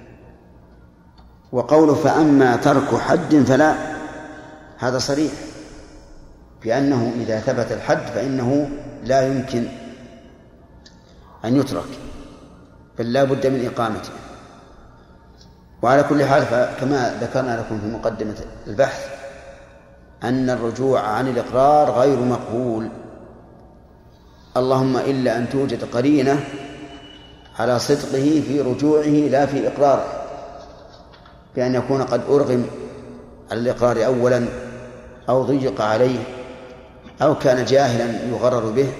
[SPEAKER 1] وقوله: فأما ترك حد فلا، هذا صريح بأنه إذا ثبت الحد فإنه لا يمكن أن يترك، بل لا بد من إقامته. وعلى كل حال فكما ذكرنا لكم في مقدمة البحث أن الرجوع عن الإقرار غير مقبول، اللهم إلا أن توجد قرينة على صدقه في رجوعه لا في إقراره، بأن يكون قد أرغم على الإقرار أولا أو ضيق عليه أو كان جاهلا يغرر به،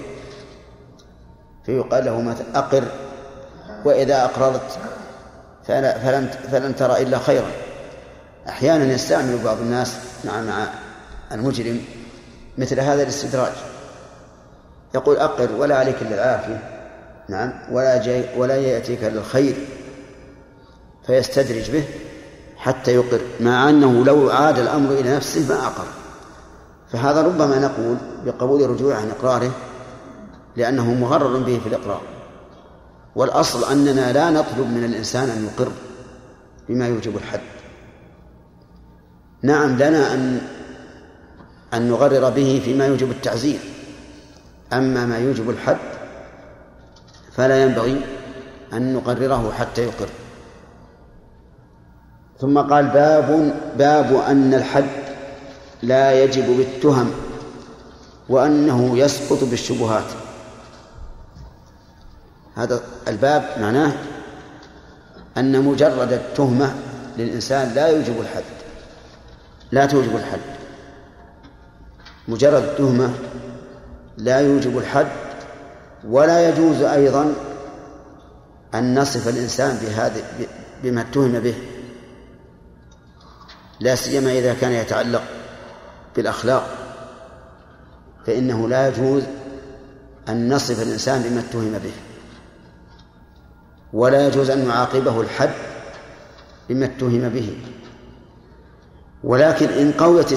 [SPEAKER 1] فيقال له: أقر، وإذا أقررت فلن ترى إلا خيرا. أحيانا يستعمل بعض الناس مع المجرم مثل هذا الاستدراج، يقول: أقر ولا عليك إلا العافية، نعم، ولا يأتيك إلا الخير، فيستدرج به حتى يقر، مع أنه لو عاد الأمر إلى نفسه ما أقر. فهذا ربما نقول بقبول الرجوع عن إقراره لأنه مغرر به في الإقرار، والأصل أننا لا نطلب من الإنسان أن يقر بما يوجب الحد. نعم، لنا أن نغرر به فيما يوجب التعزير، أما ما يوجب الحد فلا ينبغي أن نقرره حتى يقر. ثم قال: باب أن الحد لا يجب بالتهم وأنه يسقط بالشبهات. هذا الباب معناه أن مجرد التهمة للإنسان لا يوجب الحد، لا توجب الحد، مجرد التهمة لا يوجب الحد. ولا يجوز أيضا أن نصف الإنسان بما اتهم به، لا سيما إذا كان يتعلق بالأخلاق، فإنه لا يجوز أن نصف الإنسان بما اتهم به، ولا يجوز أن نعاقبه الحد بما اتهم به. ولكن إن قويت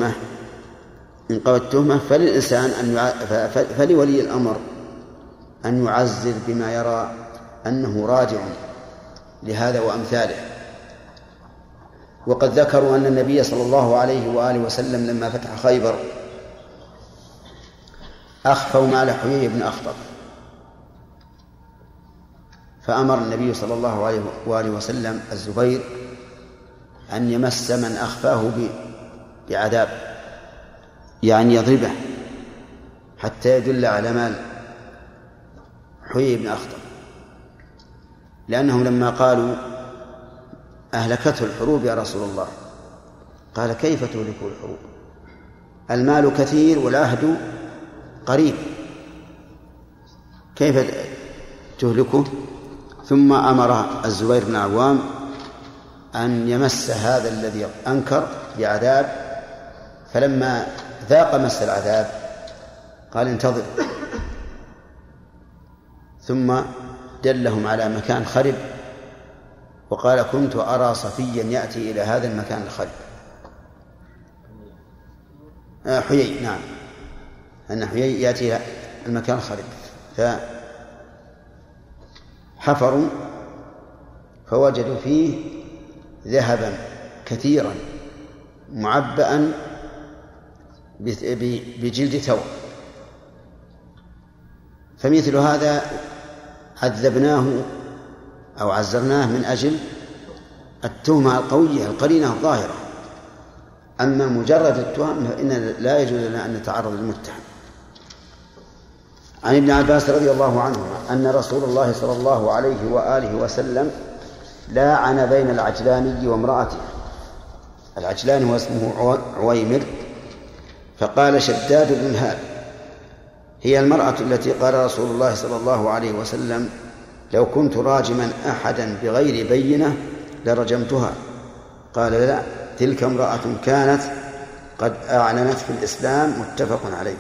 [SPEAKER 1] التهمة فللإنسان فلولي الأمر أن يعزر بما يرى أنه راجع لهذا وأمثاله. وقد ذكروا أن النبي صلى الله عليه وآله وسلم لما فتح خيبر أخفوا مال حيي بن أخطب، فأمر النبي صلى الله عليه وآله وسلم الزبير أن يمس من أخفاه بعذاب، يعني يضربه حتى يدل على مال حيي بن أخطب، لأنهم لما قالوا أهلكته الحروب يا رسول الله، قال كيف تهلكه الحروب؟ المال كثير والعهد قريب، كيف تهلكه؟ ثم أمر الزبير بن عوام أن يمس هذا الذي أنكر بعذاب، فلما ذاق مس العذاب قال انتظر، ثم دلهم على مكان خرب وقال كنت أرى صفيا يأتي إلى هذا المكان الخرب. حيي، نعم، أن حيي يأتي إلى المكان الخرب، فحفروا فوجدوا فيه ذهبا كثيرا معبأ بجلد ثور، فمثل هذا عذبناه أو عزرناه من أجل التهمة القوية القرينة الظاهرة. أما مجرد التهم فإن لا يجوز لنا أن نتعرض للمتهم. عن ابن عباس رضي الله عنهما أن رسول الله صلى الله عليه وآله وسلم لاعن بين العجلاني وامرأته. العجلاني هو اسمه عويمر، فقال شداد بن الهاد هي المرأة التي قال رسول الله صلى الله عليه وسلم لو كنت راجما أحدا بغير بينة لرجمتها، قال لا، تلك امرأة كانت قد أعلنت في الإسلام، متفق عليه.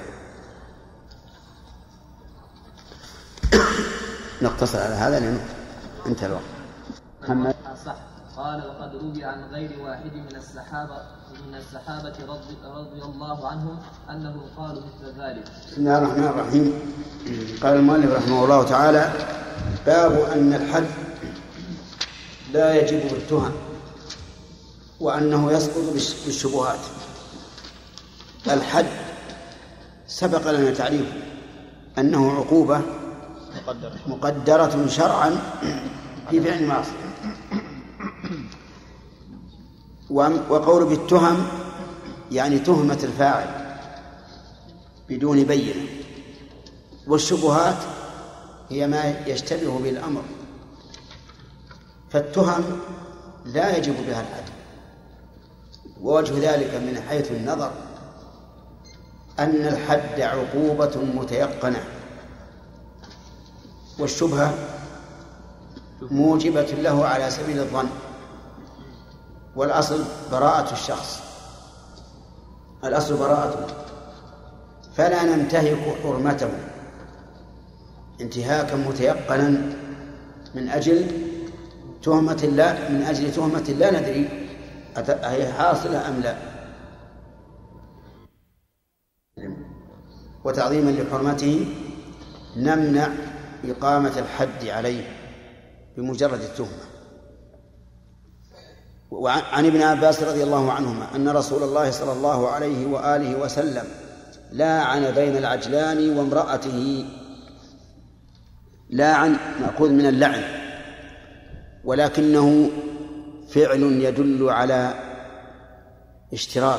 [SPEAKER 1] نقتصر على هذا لأنه انتهى الوقت. محمد
[SPEAKER 6] صح. قال وقد روي عن غير واحد من الصحابة رضي الله عنهم أنهم قالوا مثل ذلك.
[SPEAKER 1] بسم الله الرحمن الرحيم. قال المؤلف رحمه الله تعالى باب أن الحد لا يجب بالتهم وأنه يسقط بالشبهات. الحد سبق لنا تعريفه أنه عقوبة مقدرة شرعا في فعل معصية، وقول بالتهم يعني تهمة الفاعل بدون بينة، والشبهات هي ما يشتبه بالأمر، فالتهم لا يجب بها الحد. ووجه ذلك من حيث النظر أن الحد عقوبة متيقنة، والشبهة موجبة له على سبيل الظن، والأصل براءة الشخص، الأصل براءته، فلا ننتهك حرمته انتهاكا متيقنا من أجل تهمة لا ندري هي حاصلة أم لا، وتعظيما لحرمته نمنع إقامة الحد عليه بمجرد التهمة. وعن ابن عباس رضي الله عنهما أن رسول الله صلى الله عليه وآله وسلم لاعن بين العجلان وامرأته. لاعن مأخوذ من اللعن، ولكنه فعل يدل على اشتراك،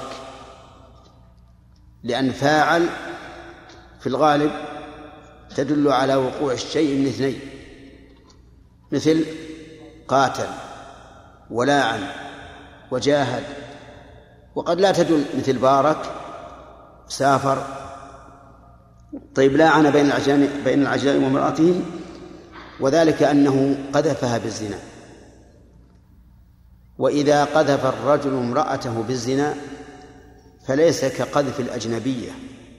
[SPEAKER 1] لأن فاعل في الغالب تدل على وقوع الشيء من اثنين، مثل قاتل ولاعن وجاهد، وقد لا تدل مثل بارك سافر. طيب لاعن بين العجلان وامرأته، وذلك أنه قذفها بالزنا، وإذا قذف الرجل امرأته بالزنا فليس كقذف الأجنبية،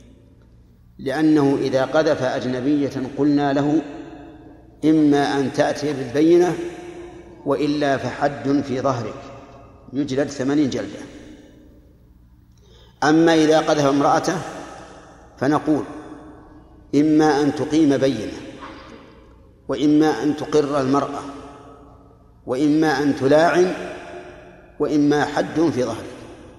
[SPEAKER 1] لأنه إذا قذف أجنبية قلنا له إما أن تأتي بالبينة وإلا فحد في ظهرك يجلد 80 جلدة. أما إذا قذف امرأته فنقول إما أن تقيم بينة وإما أن تقر المرأة وإما أن تلاعن وإما حد في ظهرك.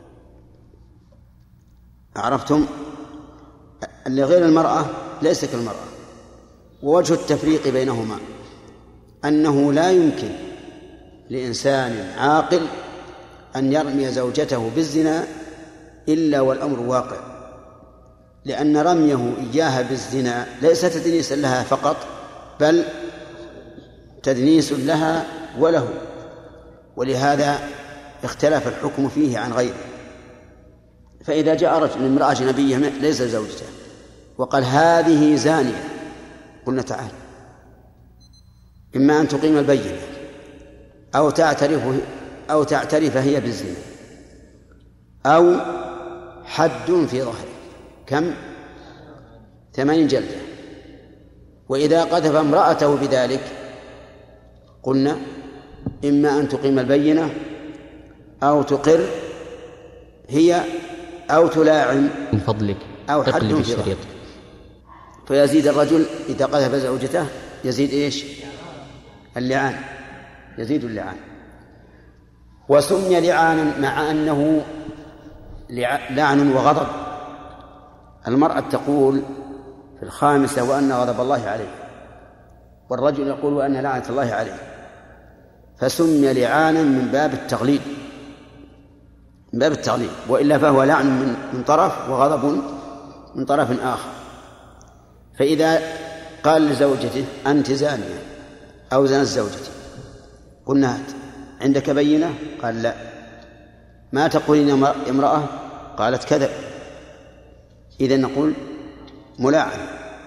[SPEAKER 1] عرفتم؟ اللي غير المرأة ليس كالمرأة. ووجه التفريق بينهما أنه لا يمكن لإنسان عاقل أن يرمي زوجته بالزنا إلا والأمر واقع، لأن رميه إياها بالزنا ليس تدنيسا لها فقط بل تدنيس لها وله، ولهذا اختلف الحكم فيه عن غيره. فإذا جاء رجل من امرأة أجنبية ليس زوجته وقال هذه زانية، قلنا تعال، إما أن تقيم البينة أو تعترف هي بالزنا أو حد في ظهره. كم؟ 80 جلدة. وإذا قذف امرأته بذلك قلنا إما أن تقيم البينة أو تقر هي أو تلاعن
[SPEAKER 7] من فضلك
[SPEAKER 1] أو حد في ظهره. فيزيد الرجل إذا قذف زوجته يزيد إيش؟ اللعان، يزيد اللعان. وسمي لعانا مع أنه لعن وغضب. المرأة تقول في الخامسة وأن غضب الله عليه، والرجل يقول وأن لعنة الله عليه، فسمي لعانا من باب التغليب، من باب التغليب، وإلا فهو لعن من طرف وغضب من طرف آخر. فإذا قال لزوجته أنت زانية أو زنت زوجتي، قلنا عندك بينة؟ قال لا. ما تقولين امرأة؟ قالت كذا. إذن نقول ملاعن.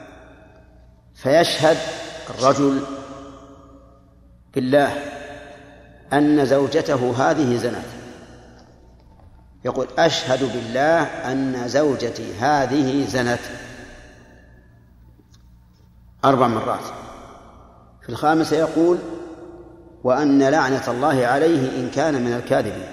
[SPEAKER 1] فيشهد الرجل بالله أن زوجته هذه زنت، يقول أشهد بالله أن زوجتي هذه زنت 4 مرات. في الخامسة يقول وأن لعنة الله عليه إن كان من الكاذبين.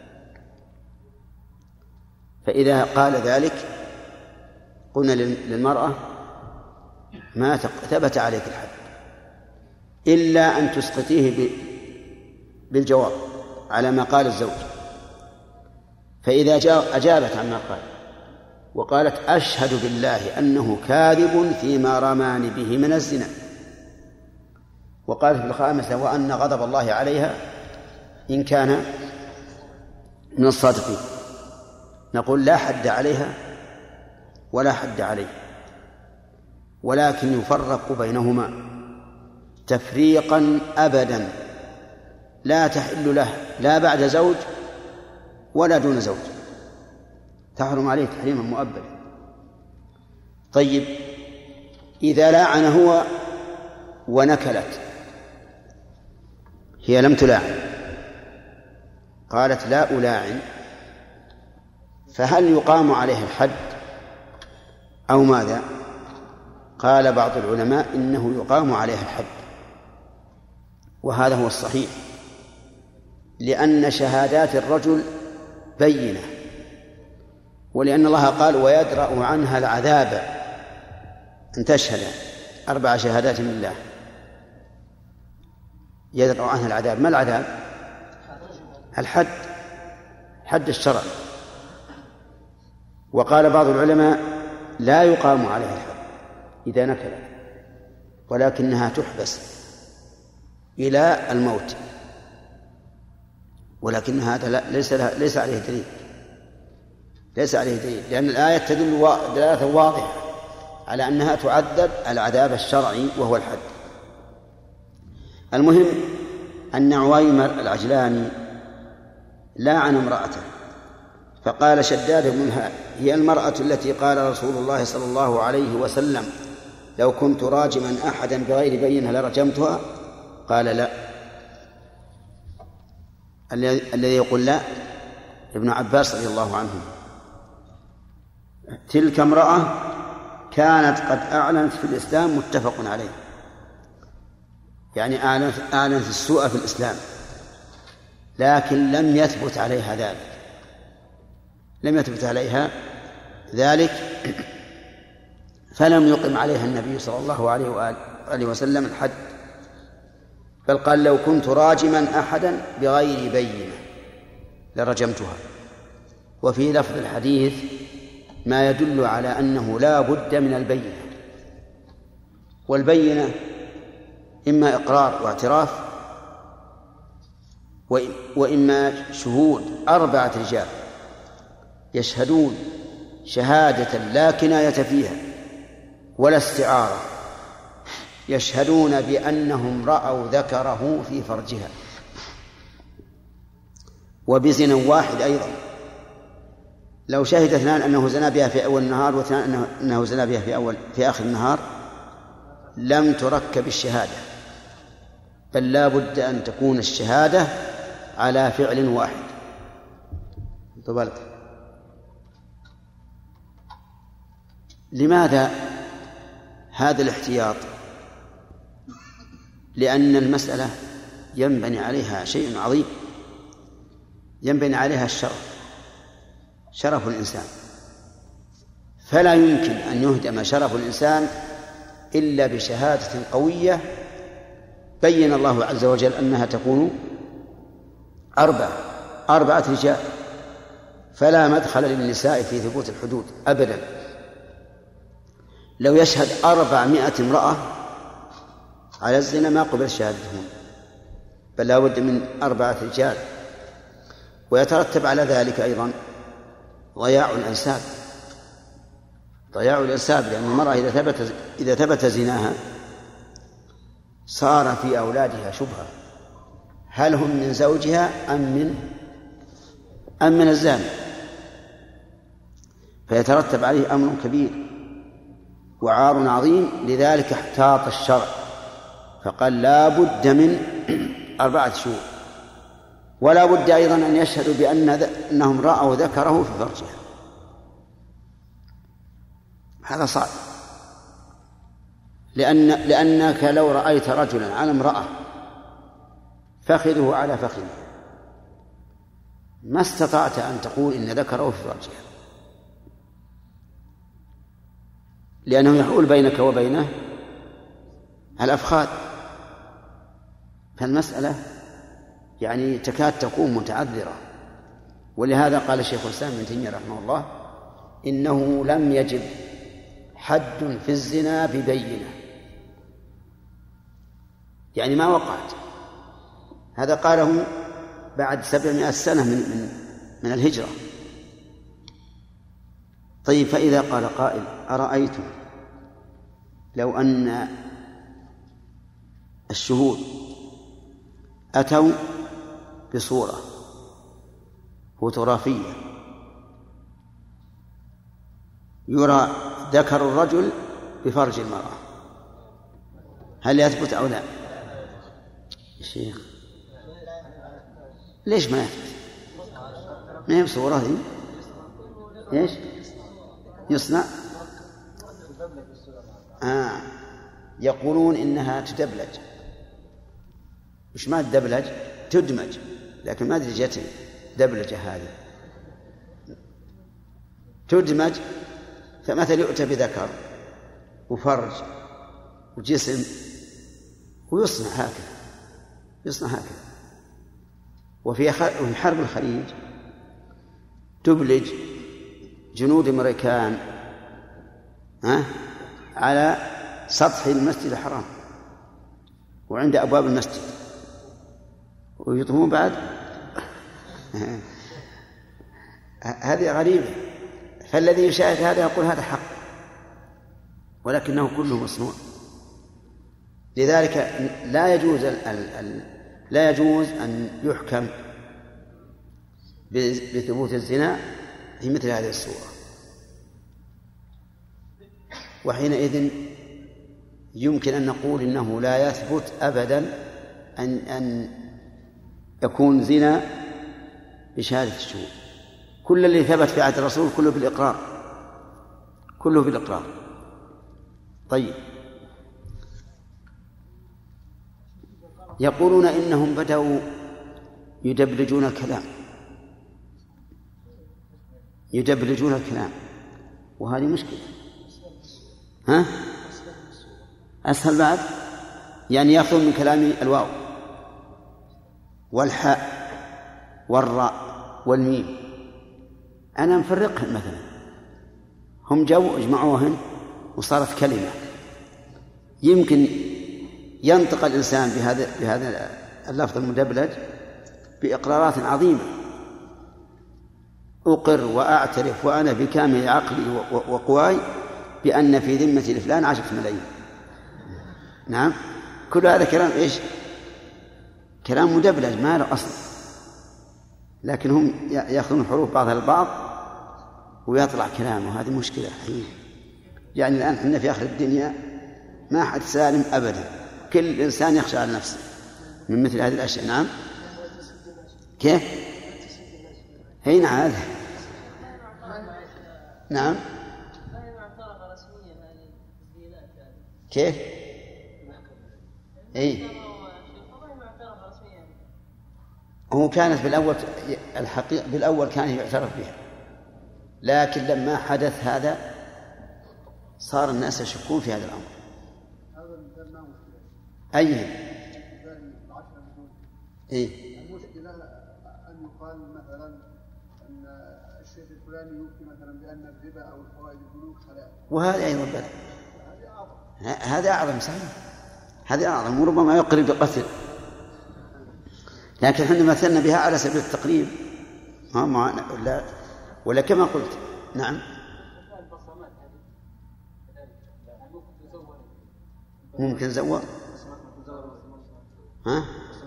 [SPEAKER 1] فإذا قال ذلك قلنا للمرأة ما ثبت عليك الحد إلا أن تسقطيه بالجواب على ما قال الزوج. فإذا أجابت عما قال وقالت أشهد بالله أنه كاذب فيما رماني به من الزنا، وقالت في الخامسة وأن غضب الله عليها إن كان من الصادقين، نقول لا حد عليها ولا حد عليه، ولكن يفرق بينهما تفريقا أبدا لا تحل له لا بعد زوج ولا دون زوج، تحرم عليه تحريما مؤبدا. طيب إذا لاعن هو ونكلت، هي لم تلاعن، قالت لا ألاعن، فهل يقام عليه الحد أو ماذا؟ قال بعض العلماء إنه يقام عليه الحد، وهذا هو الصحيح، لأن شهادات الرجل بينة، ولأن الله قال ويدرأ عنها العذاب أن تشهد 4 شهادات من الله، يدرأ عنها العذاب. ما العذاب؟ الحد، حد الشرع. وقال بعض العلماء لا يقام عليها الحد إذا نكلت، ولكنها تحبس إلى الموت، ولكن هذا ليس عليه دليل، ليس عليه دليل، لأن الآية تدل دلالة واضحة على أنها تعذب العذاب الشرعي وهو الحد. المهم أن عويمر العجلاني لاعن امرأته، فقال شداد بن الهاد هي المرأة التي قال رسول الله صلى الله عليه وسلم لو كنت راجما أحدا بغير بينة لرجمتها؟ قال لا. الذي يقول لا ابن عباس رضي الله عنه: تلك امرأة كانت قد أعلنت في الإسلام متفق عليه، يعني أعلنت السوء في الإسلام، لكن لم يثبت عليها ذلك، فلم يقم عليها النبي صلى الله عليه وآله وسلم الحد، بل قال: لو كنت راجما أحدا بغير بينة لرجمتها. وفي لفظ الحديث ما يدل على أنه لا بد من البينة، والبينة إما إقرار واعتراف، وإما شهود 4 رجال يشهدون شهادة لا كناية فيها ولا استعارة، يشهدون بأنهم رأوا ذكره في فرجها، وبزنا واحد أيضا. لو شهد 2 أنه زنى بها في أول النهار و2 أنه زنى بها في آخر النهار لم تركب الشهادة، بل لا بد أن تكون الشهادة على فعل واحد. لماذا هذا الاحتياط؟ لأن المسألة ينبني عليها شيء عظيم، ينبني عليها شرف الإنسان، فلا يمكن أن يهدم شرف الإنسان إلا بشهادة قوية بين الله عز وجل أنها تكون 4 رجال، فلا مدخل للنساء في ثبوت الحدود أبدا. لو يشهد 400 امرأة على الزنا ما قبل شهادتهم، بل لا بد من 4 رجال. ويترتب على ذلك أيضا ضياع الأنساب، لأن المرأة إذا ثبت زناها صار في أولادها شبهة، هل هم من زوجها أم من الزاني؟ فيترتب عليه أمر كبير وعار عظيم. لذلك احتاط الشرع فقال: لا بد من 4 شهود، ولا بد أيضا أن يشهدوا بأنهم رأوا ذكره في فرجها. هذا صعب، لأنك لو رأيت رجلا على امرأة فخذه على فخذه ما استطعت أن تقول إن ذكره في فرجها، لأنه يحول بينك وبينه الأفخاذ. فالمسألة يعني تكاد تكون متعذرة. ولهذا قال الشيخ الإسلام ابن تيمية رحمه الله: إنه لم يجب حد في الزنا ببينة، يعني ما وقعت. هذا قاله بعد 700 سنة من الهجرة. طيب، فإذا قال قائل: أرأيتم لو أن الشهود أتوا بصورة فوتوغرافية يرى ذكر الرجل بفرج المرأة، هل يثبت أو لا؟ شيخ، ليش ما يثبت؟ ما هي بصورة دي؟ إيش يصنع؟ يقولون إنها تدبلج. مش ما تدبلج، تدمج، لكن ما أدري جت دبلجة هذه. تدمج، فمثل يؤتى بذكر وفرج وجسم ويصنع هكذا. وفي حرب الخليج تبلج جنود أمريكان على سطح المسجد الحرام وعند أبواب المسجد، ويطمون بعد. هذه غريبة. فالذي يشاهد هذا يقول هذا حق، ولكنه كله مصنوع. لذلك لا يجوز أن يحكم بثبوت الزنا في مثل هذه الصورة. وحينئذ يمكن أن نقول إنه لا يثبت أبدا أن يكون زنا بشهادة الشهود. كل اللي ثبت في عهد الرسول كله بالإقرار، كله بالإقرار. طيب، يقولون إنهم بدأوا يدبلجون الكلام، يدبلجون الكلام، وهذه مشكلة. ها؟ أسهل بعد، يعني يأخذون من كلام الواو والحاء والراء والميم، أنا مفرقهم مثلا، هم جو اجمعوهن وصارت كلمة. يمكن ينطق الإنسان بهذا اللفظ المدبلج بإقرارات عظيمة، أقر وأعترف وأنا بكامل عقلي وقواي بأن في ذمة الفلان 10 ملايين. نعم، كل هذا كلام إيش؟ كلام مدبلج ما له أصل، لكن هم يأخذون حروف بعضها البعض ويطلع كلام، وهذه مشكلة حقيقة. يعني الآن احنا في آخر الدنيا ما حد سالم أبدا، كل إنسان يخشى على نفسه من مثل هذه الأشياء. نعم، كيف؟ هنا هذا. نعم، كيف؟ أي هو كانت بالأول الحقيقة بالأول كان يعترف بها، لكن لما حدث هذا صار الناس يشكون في هذا الأمر. أي
[SPEAKER 7] المشكلة أن يقال مثلا أن الشيخ الفلاني يفتي مثلا بأن الربا أو الفوائد البنوك حلال،
[SPEAKER 1] وهذا أيضا بدل، هذا أعظم. صحيح، هذا أعظم، وربما يقرب بقتل، لكن احنا مثلنا بها على سبيل التقريب ولا كما قلت. نعم، ممكن زور. ها؟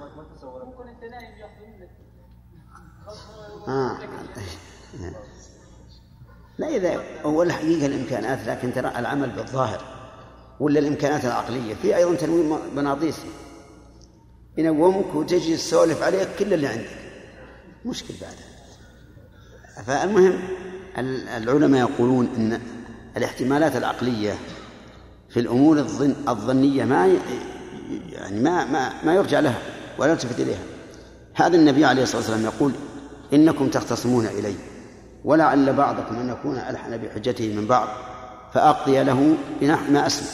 [SPEAKER 1] لا، إذا أول حقيقة الإمكانات، لكن ترى العمل بالظاهر ولا الإمكانات العقلية. في أيضا تنويم بناطيس ينومك وتجي تسولف عليك كل اللي عندك، مشكل بعدها. فالمهم العلماء يقولون إن الاحتمالات العقلية في الأمور الظنية ما يرجع لها ولا يلتفت إليها. هذا النبي عليه الصلاة والسلام يقول إنكم تختصمون إلي ولعل بعضكم أن يكون ألحن بحجته من بعض فأقضي له بنحو ما أسمع،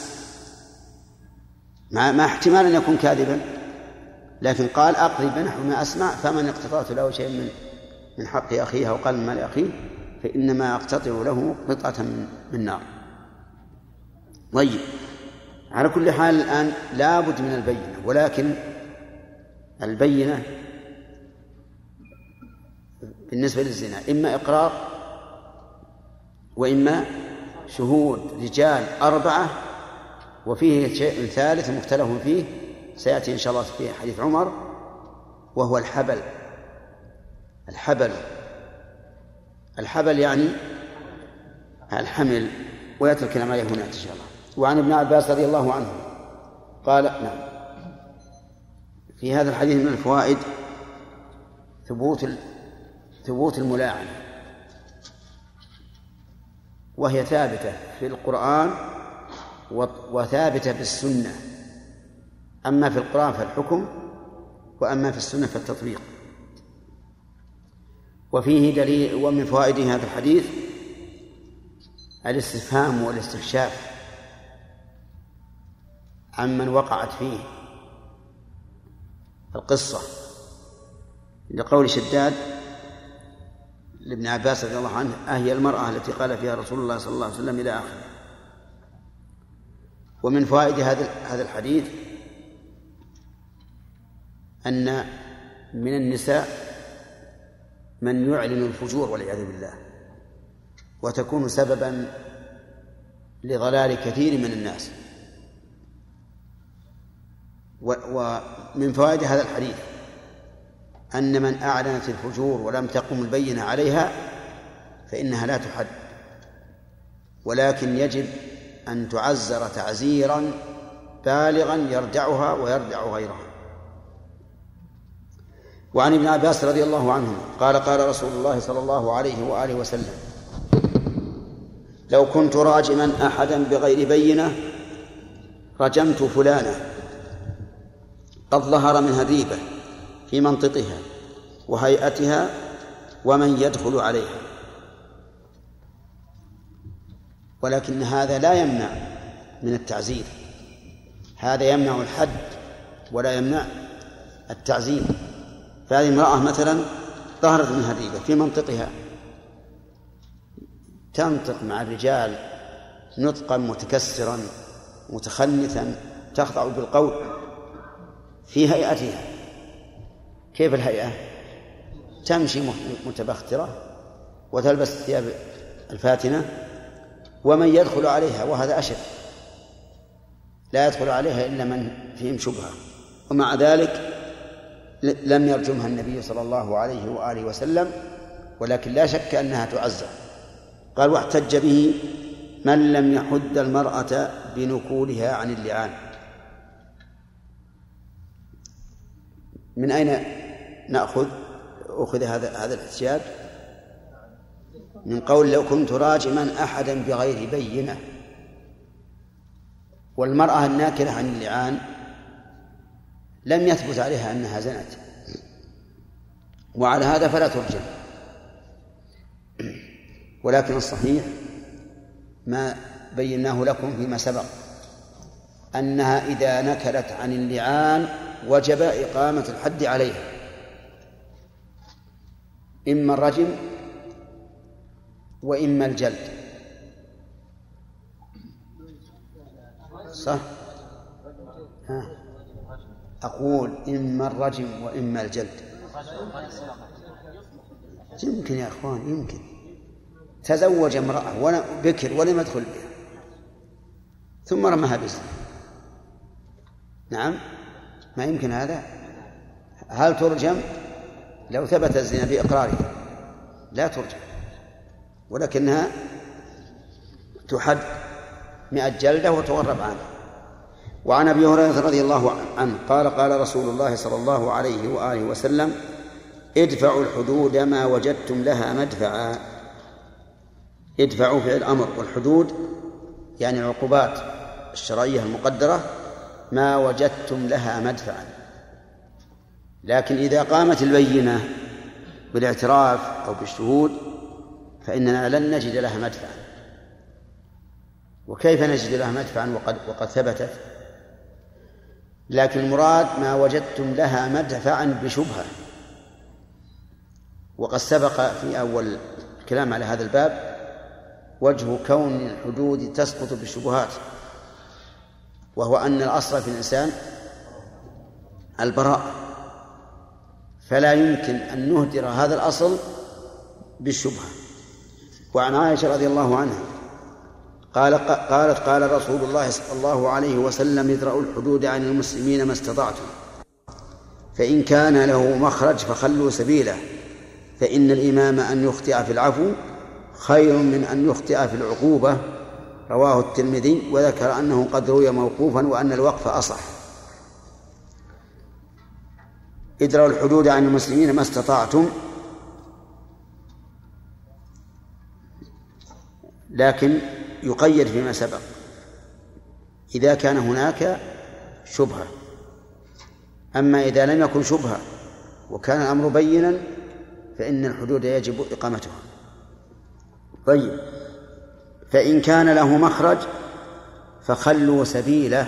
[SPEAKER 1] مع احتمال أن يكون كاذبا، لكن قال أقضي بنحو ما أسمع، فمن اقتطعت له شيء من حق أخيه وقال من مال أخيه فإنما أقتطع له قطعة من نار. طيب، على كل حال الآن لابد من البينة، ولكن البينة بالنسبة للزنا إما إقرار وإما شهود رجال 4، وفيه شيء ثالث مختلف فيه سيأتي إن شاء الله في حديث عمر، وهو الحبل يعني الحمل، ويأتي الكلام عليه هنا إن شاء الله. وعن ابن عباس رضي الله عنه قال نعم، في هذا الحديث من الفوائد ثبوت الملاعنة، وهي ثابتة في القرآن وثابتة في السنة، أما في القرآن فالحكم، وأما في السنة فالتطبيق. وفيه دليل، ومن فوائد هذا الحديث الاستفهام والاستكشاف عمن وقعت فيه القصة، لقول شداد لابن عباس رضي الله عنه أهي المرأة التي قال فيها رسول الله صلى الله عليه وسلم إلى آخره. ومن فوائد هذا الحديث أن من النساء من يعلن الفجور والعياذ بالله، وتكون سببا لضلال كثير من الناس. ومن فوائد هذا الحديث أن من أعلنت الفجور ولم تقم البينة عليها فإنها لا تحد، ولكن يجب أن تعزر تعزيرا بالغا يردعها ويردع غيرها. وعن ابن عباس رضي الله عنهما قال قال رسول الله صلى الله عليه وآله وسلم: لو كنت راجما أحدا بغير بينة رجمت فلانة قد ظهر منها الريبة في منطقها وهيئتها ومن يدخل عليها. ولكن هذا لا يمنع من التعزير، هذا يمنع الحد ولا يمنع التعزير. فهذه امرأة مثلا ظهرت منها الريبة في منطقها، تنطق مع الرجال نطقا متكسرا متخنثا تخضع بالقول في هيئتها. كيف الهيئة؟ تمشي متبخترة وتلبس الثياب الفاتنة ومن يدخل عليها، وهذا أشد، لا يدخل عليها إلا من فيهم شبهة. ومع ذلك لم يرجمها النبي صلى الله عليه وآله وسلم، ولكن لا شك أنها تعزر. قال: واحتج به من لم يحد المرأة بنكولها عن اللعان. من أين أخذ هذا الاحتجاج؟ من قول: لو كنت راجما أحدا بغير بينة. والمرأة الناكلة عن اللعان لم يثبت عليها أنها زنت، وعلى هذا فلا ترجم. ولكن الصحيح ما بيناه لكم فيما سبق، أنها إذا نكلت عن اللعان وجب إقامة الحد عليها، إما الرجم وإما الجلد. صح؟ أقول إما الرجم وإما الجلد. يمكن يا أخوان، يمكن تزوج امرأة بكر ولم يدخل بها ثم رماها بالزنا. نعم، ما يمكن هذا. هل ترجم؟ لو ثبت الزنا بإقرارها لا ترجم، ولكنها تحد 100 جلدة وتغرب عنه. وعن أبي هريرة رضي الله عنه قال قال رسول الله صلى الله عليه وآله وسلم: ادفعوا الحدود ما وجدتم لها مدفعا. ادفعوا فعل الأمر، والحدود يعني العقوبات الشرعية المقدرة ما وجدتم لها مدفعا. لكن إذا قامت البينة بالاعتراف أو بالشهود فإننا لن نجد لها مدفعا. وكيف نجد لها مدفعا وقد ثبتت؟ لكن المراد ما وجدتم لها مدفعا بشبهة. وقد سبق في أول الكلام على هذا الباب وجه كون الحدود تسقط بالشبهات، وهو أن الأصل في الإنسان البراءة، فلا يمكن أن نهدر هذا الأصل بالشبهة. وعن عائشة رضي الله عنها قالت قال رسول الله صلى الله عليه وسلم: ادرأوا الحدود عن المسلمين ما استطعتم، فإن كان له مخرج فخلوا سبيله، فإن الإمام أن يخطئ في العفو خير من أن يخطئ في العقوبة. رواه الترمذي، وذكر أنه قد روي موقوفا وأن الوقف أصح. ادرأوا الحدود عن المسلمين ما استطعتم، لكن يقيد فيما سبق إذا كان هناك شبهة. أما إذا لم يكن شبهة وكان الأمر بينا فإن الحدود يجب إقامتها. طيب، فإن كان له مخرج فخلوا سبيله.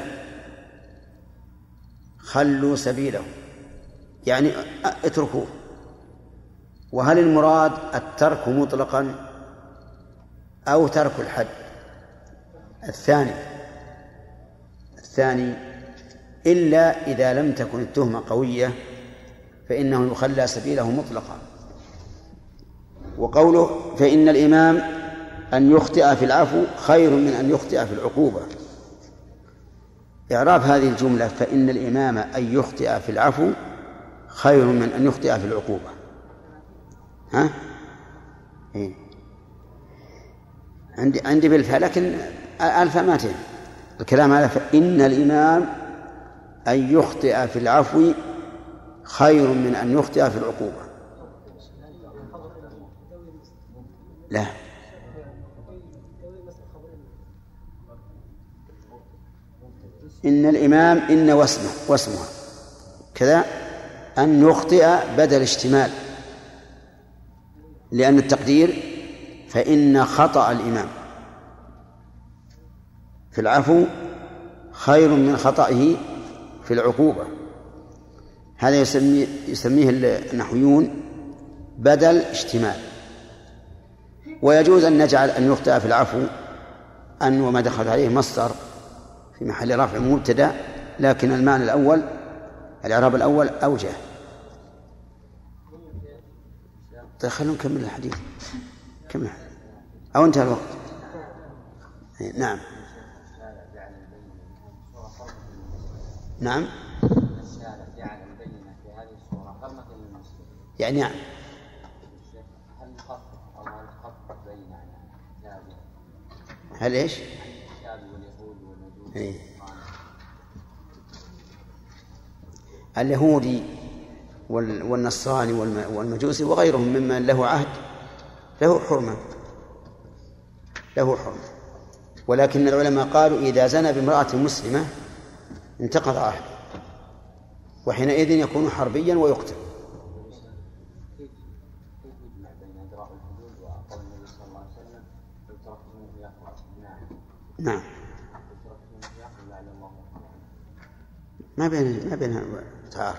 [SPEAKER 1] خلوا سبيله يعني اتركوه. وهل المراد الترك مطلقا أو ترك الحد؟ الثاني، إلا إذا لم تكن التهمة قوية فإنه يخلى سبيله مطلقا. وقوله فإن الإمام أن يخطئ في العفو خير من أن يخطئ في العقوبة. إعراب هذه الجملة فإن الإمام أن يخطئ في العفو خير من أن يخطئ في العقوبة. ها؟ إيه؟ عندي بالفعل، لكن ألفا ما تهم الكلام على فإن الإمام أن يخطئ في العفو خير من أن يخطئ في العقوبة. لا، إن الإمام إن واسمها كذا أن يخطئ بدل اشتمال، لأن التقدير فإن خطأ الإمام في العفو خير من خطئه في العقوبة. هذا يسميه النحويون بدل اشتمال. ويجوز أن نجعل أن يخطئ في العفو أن وما دخل عليه مصدر في محل رفع مبتدأ، لكن المعنى الأول الإعراب الأول أوجه. طيب خلونا نكمل الحديث. كمل أو انتهى الوقت. نعم نعم يعني نعم. هل إيش؟ إيه؟ اليهودي والنصراني والمجوسي وغيرهم ممن له عهد له حرمة، ولكن العلماء قالوا إذا زنى بامرأة مسلمة انتقض عهده، وحينئذ يكون حربيا ويقتل. نعم ما بينها تعارض.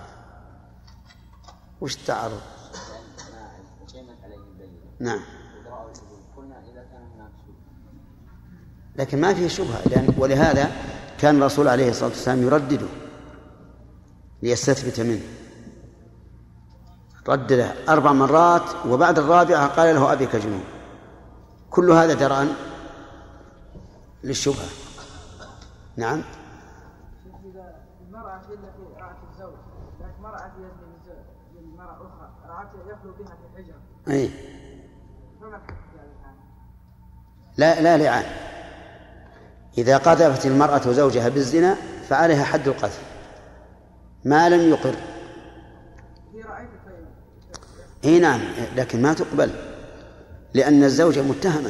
[SPEAKER 1] وش التعارض؟ نعم لكن ما فيه شبهة، ولهذا كان الرسول عليه الصلاة والسلام يردده ليستثبت منه، ردده 4 مرات وبعد الرابعة قال له أبيك جنون. كل هذا درءا للشبهة. نعم.
[SPEAKER 2] المرأة التي رأت الزوج لكن مرأة يزني مرأة أخرى رأته يخلو بها في الحجرة.
[SPEAKER 1] أي. لا لعان. إذا قذفت المرأة زوجها بالزنا فعليها حد القذف ما لم يقر. اي نعم لكن ما تقبل لأن الزوجة متهمة،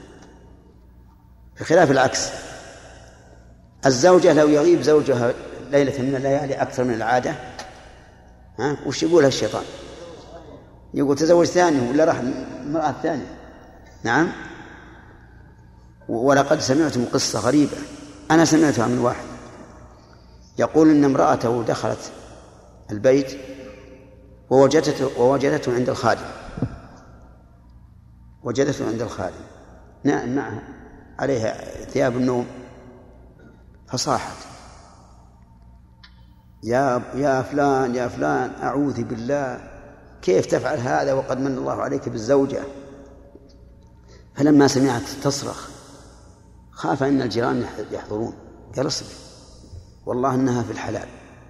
[SPEAKER 1] بخلاف العكس. الزوجة لو يغيب زوجها ليلة من الليالي أكثر من العادة وش يقولها الشيطان؟ يقول تزوج ثاني ولا راح المرأة الثانية. نعم. ولقد سمعت قصة غريبة أنا سمعتها من واحد يقول إن امرأته دخلت البيت ووجدته عند الخادم، نائم معها عليها ثياب النوم، فصاحت يا فلان أعوذ بالله كيف تفعل هذا وقد من الله عليك بالزوجة. فلما سمعت تصرخ خاف أن الجيران يحضرون، قال اصبر والله إنها في الحلال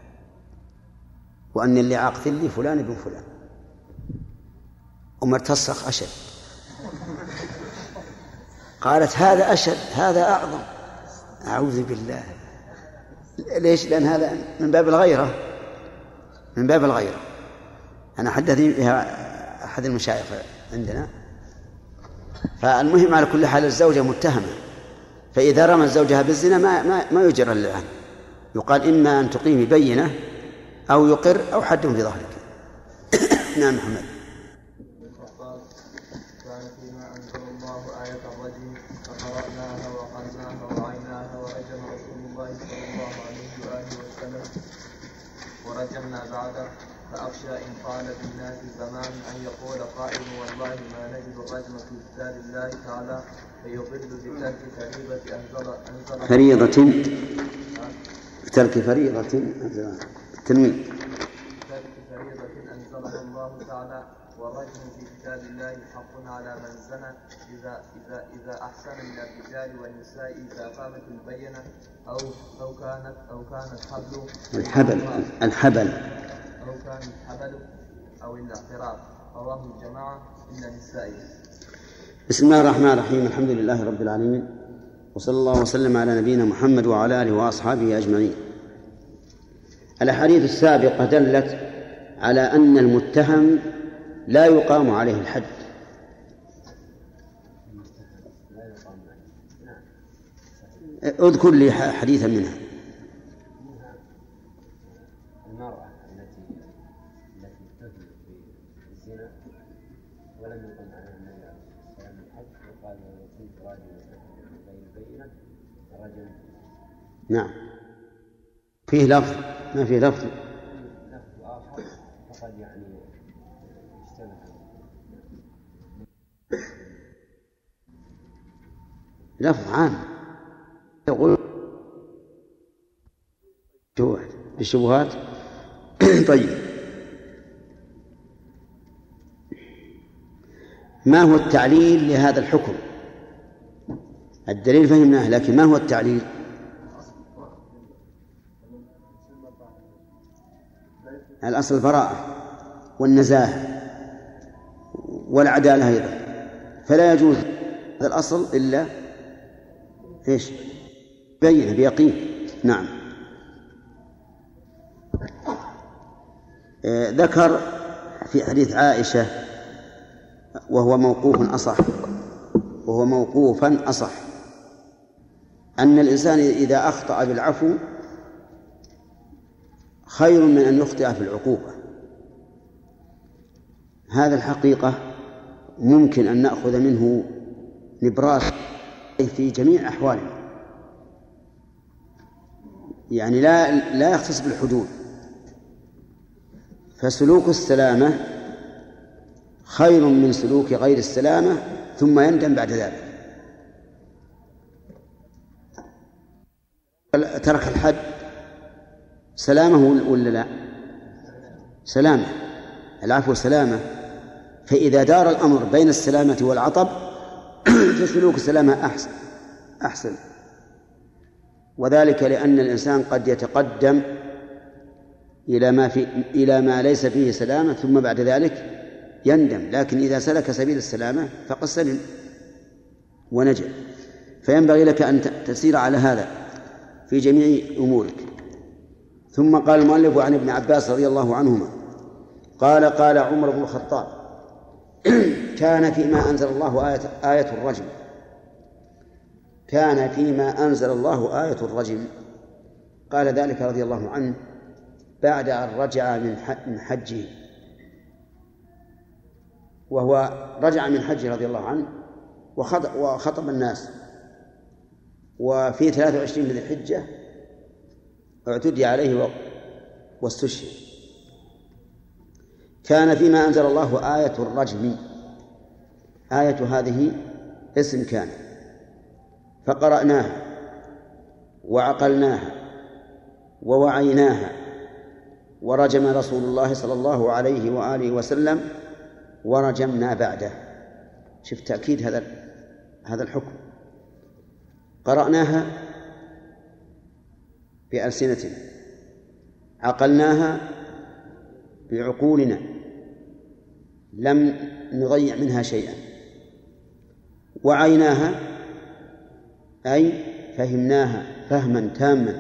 [SPEAKER 1] وأن اللي عاقت لي فلان ابن فلان. أمر تصرخ أشد، قالت هذا أشد هذا أعظم، أعوذ بالله. ليش؟ لأن هذا من باب الغيرة. أنا حدثني بها أحد المشايخ عندنا. فالمهم على كل حال الزوجة متهمة، فإذا رمى زوجها بالزنا ما يجرى اللعان، يقال إما أن تقيمي بينة أو يقر أو حد في ظهرك. نعم محمد.
[SPEAKER 6] كان فيما أنزل الله آية الرجم فقرأناها وقرناها ورعيناها ورجم رسول الله صلى الله عليه وآله وسلم ورجمنا بعده. فأخشى إن طال بالناس زمان أن يقول قائل والله ما نجد الرجم في كتاب الله تعالى فيضل بترك فريضة تنوين أنزلها الله تعالى. والرجم في كتاب الله حق على من زنى إذا أحسن من الرجال والنساء إذا قامت البينة أو كانت الحبل أو الاعتراف. رواه الجماعة إلا النسائي.
[SPEAKER 1] بسم الله الرحمن الرحيم. الحمد لله رب العالمين، وصلى الله وسلم على نبينا محمد وعلى آله وأصحابه أجمعين. الأحاديث السابقة دلت على أن المتهم لا يقام عليه الحد. اذكر لي حديثا منها.
[SPEAKER 8] المرأة التي تزني بالزنا ولم يقم عليها النبي عليه الصلاة والسلام الحد، وقال لو كنت راجلا غير بينة رجل.
[SPEAKER 1] نعم، فيه لفظ ما فيه لفظ
[SPEAKER 8] آخر فقد يعني اشتبه.
[SPEAKER 1] لفظ عام يقول بالشبهات. طيب، ما هو التعليل لهذا الحكم؟ الدليل فهمناه، لكن ما هو التعليل؟ الأصل البراءة والنزاهة والعدالة أيضا، فلا يجوز هذا الأصل إلا إيش؟ بينه بيقين. نعم. ذكر في حديث عائشة وهو موقوفا أصح أن الإنسان إذا أخطأ بالعفو خير من أن يخطئ في العقوبة. هذا الحقيقة ممكن أن نأخذ منه نبراس في جميع أحوالنا، يعني لا يختص بالحدود. فسلوك السلامة خير من سلوك غير السلامة ثم يندم بعد ذلك. ترك الحد سلامه ولا لا؟ سلامة، العفو سلامة. فإذا دار الأمر بين السلامة والعطب فسلوك السلامة أحسن، وذلك لأن الإنسان قد يتقدم إلى ما ليس فيه سلامة ثم بعد ذلك يندم، لكن إذا سلك سبيل السلامة فقد سلم ونجا. فينبغي لك أن تسير على هذا في جميع أمورك. ثم قال المؤلف عن ابن عباس رضي الله عنهما قال عمر بن الخطاب كان فيما أنزل الله آية الرجم، كان فيما أنزل الله آية الرجم. قال ذلك رضي الله عنه بعد أن رجع من حجه، وهو رجع من حجه رضي الله عنه وخطب الناس، وفي 23 ذي الحجة اعتدي عليه واستشهد. كان فيما أنزل الله آية الرجم، آية هذه اسم كان، فقرأناها وعقلناها ووعيناها، ورجم رسول الله صلى الله عليه وآله وسلم ورجمنا بعده. شوف تأكيد هذا الحكم. قرأناها بألسنتنا، عقلناها بعقولنا، لم نضيع منها شيئا، وعيناها أي فهمناها فهما تاما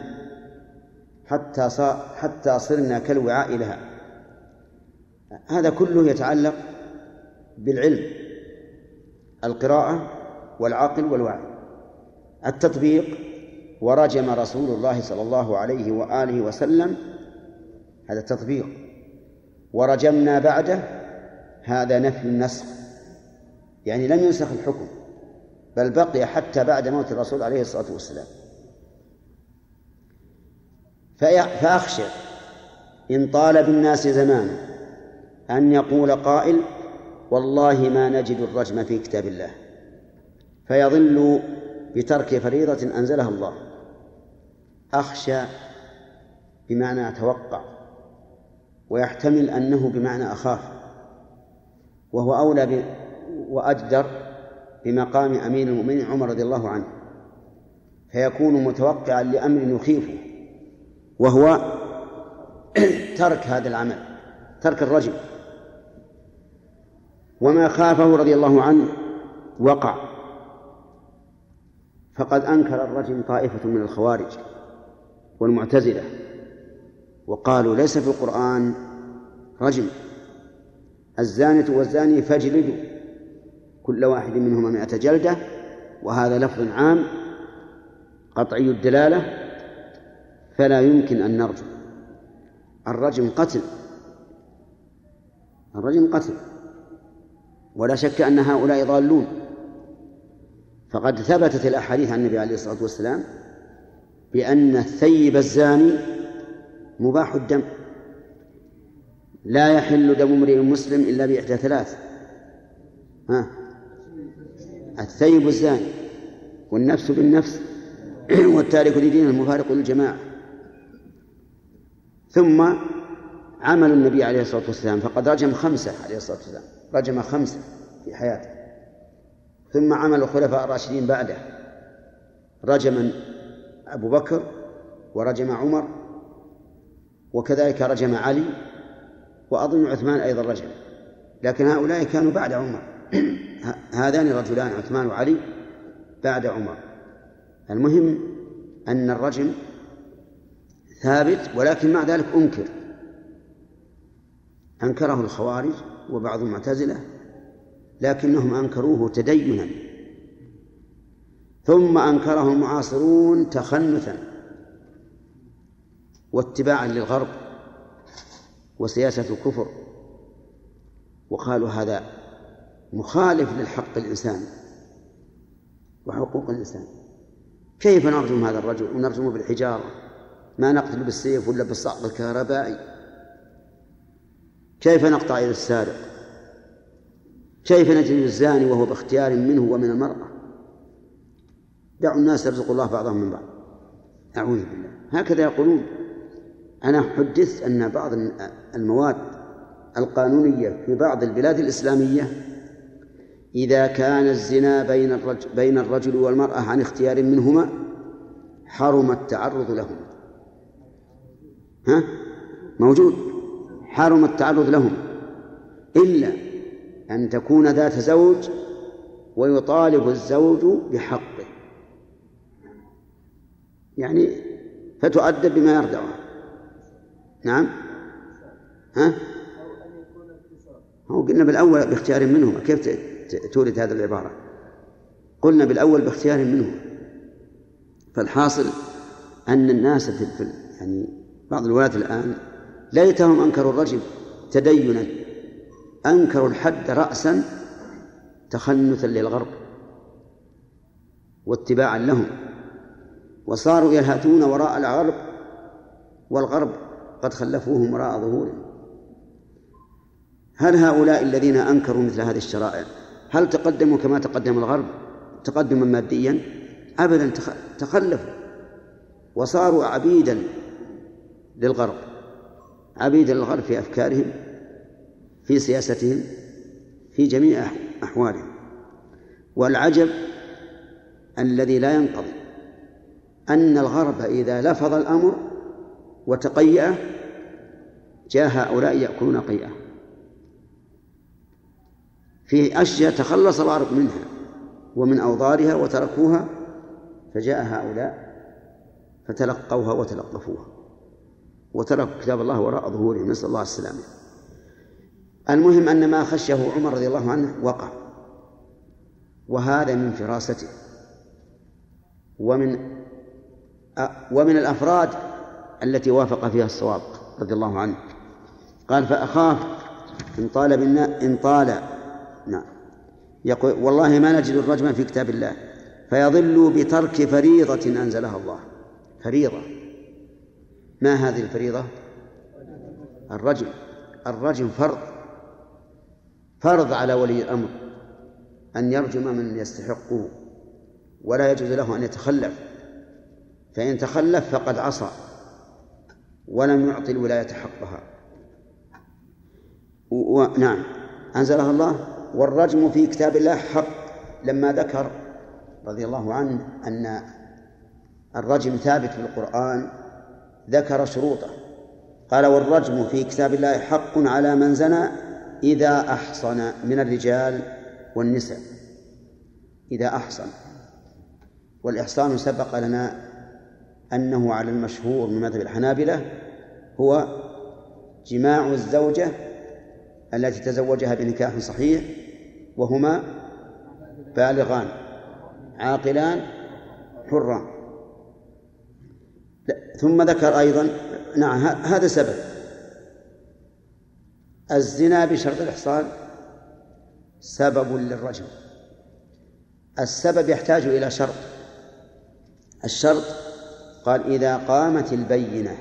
[SPEAKER 1] حتى صرنا كالوعاء لها. هذا كله يتعلق بالعلم، القراءة والعقل والوعي. التطبيق ورجم رسول الله صلى الله عليه وآله وسلم، هذا التطبيق. ورجمنا بعده، هذا نفي النسخ، يعني لم ينسخ الحكم بل بقي حتى بعد موت الرسول عليه الصلاة والسلام. فأخشى إن طال بالناس زمان أن يقول قائل والله ما نجد الرجم في كتاب الله، فيضل بترك فريضة أنزلها الله. أخشى بمعنى أتوقع، ويحتمل أنه بمعنى أخاف، وهو أولى وأجدر بمقام أمير المؤمنين عمر رضي الله عنه، فيكون متوقعا لأمر يخيفه، وهو ترك هذا العمل، ترك الرجم. وما خافه رضي الله عنه وقع، فقد أنكر الرجم طائفة من الخوارج والمعتزلة، وقالوا ليس في القرآن رجم. الزانية والزاني فاجلدوا كل واحد منهما 100 جلدة، وهذا لفظ عام قطعي الدلالة، فلا يمكن أن نرجم. الرجم قتل، الرجم قتل، ولا شك أن هؤلاء ضالون. فقد ثبتت الأحاديث عن النبي عليه الصلاة والسلام بأن الثيب الزاني مباح الدم، لا يحل دم امرئ مسلم إلا بإحدى 3: الثيب الزاني، والنفس بالنفس، والتارك لدين المفارق للجماعة. ثم عمل النبي عليه الصلاة والسلام، فقد رجم 5 عليه الصلاة والسلام، رجم 5 في حياته. ثم عمل الخلفاء الراشدين بعده، رجم أبو بكر ورجم عمر، وكذلك رجم علي، وأظن عثمان أيضا رجم، لكن هؤلاء كانوا بعد عمر. هذان الرجلان عثمان وعلي بعد عمر. المهم أن الرجم ثابت، ولكن مع ذلك أنكره الخوارج وبعض المعتزلة، لكنهم أنكروه تدينا، ثم أنكره المعاصرون تخنثا واتباعا للغرب وسياسة الكفر، وقالوا هذا مخالف للحق الإنساني وحقوق الإنسان. كيف نرجم هذا الرجل ونرجمه بالحجارة؟ ما نقتل بالسيف ولا بالصعق الكهربائي؟ كيف نقطع يد السارق؟ كيف نجلد الزاني وهو باختيار منه ومن المرأة؟ دعوا الناس يرزق الله بعضهم من بعض. أعوذ بالله، هكذا يقولون. أنا حدثت أن بعض المواد القانونية في بعض البلاد الإسلامية إذا كان الزنا بين الرجل والمرأة عن اختيار منهما حرم التعرض لهما. موجود، حرم التعرض لهما إلا أن تكون ذات زوج ويطالب الزوج بحقه، يعني فتؤدب بما يرضعها. نعم، هو قلنا بالأول باختيار منهما. كيف تورد هذه العبارة؟ قلنا بالأول باختيار منهما. فالحاصل أن الناس يعني بعض الولاة الآن ليتهم أنكروا الرجم تدينا، أنكروا الحد رأسا تخنثا للغرب واتباعا لهم، وصاروا يلهثون وراء الغرب، والغرب قد خلفوهم وراء ظهورهم. هل هؤلاء الذين أنكروا مثل هذه الشرائع هل تقدموا كما تقدم الغرب تقدما ماديا؟ أبدا، تخلفوا وصاروا عبيدا للغرب، عبيدا للغرب في أفكارهم، في سياستهم، في جميع أحوالهم. والعجب الذي لا ينقضي أن الغرب إذا لفظ الأمر وتقيأ جاء هؤلاء يأكلون قيئة في أشياء تخلص الغرب منها ومن أوضارها وتركوها، فجاء هؤلاء فتلقوها وتلقفوها وتركوا كتاب الله وراء ظهورهم، نسأل الله السلامة. المهم أن ما خشه عمر رضي الله عنه وقع، وهذا من فراسته ومن الأفراد التي وافق فيها الصواب رضي الله عنه. قال: فأخاف إن طال نعم، يقول: والله ما نجد الرجم في كتاب الله فيضل بترك فريضة أنزلها الله. فريضة، ما هذه الفريضة؟ الرجم فرض على ولي الأمر أن يرجم من يستحقه، ولا يجوز له أن يتخلف، فإن تخلف فقد عصى ولم يعطي الولاية حقها. نعم، أنزلها الله. والرجم في كتاب الله حق، لما ذكر رضي الله عنه أن الرجم ثابت في القرآن ذكر شروطه، قال: والرجم في كتاب الله حق على من زنى إذا أحصن من الرجال والنساء. إذا أحصن، والإحصان سبق لنا أنه على المشهور من مذهب الحنابلة هو جماع الزوجة التي تزوجها بنكاح صحيح وهما بالغان عاقلان حران. ثم ذكر أيضا نعم هذا سبب الزنا بشرط الإحصان سبب للرجم. السبب يحتاج إلى شرط. الشرط قال إذا قامت البينة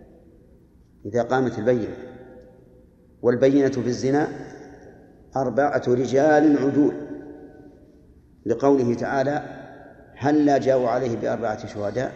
[SPEAKER 1] والبينة في الزنا 4 رجال عدول، لقوله تعالى هلا جاءوا عليه ب4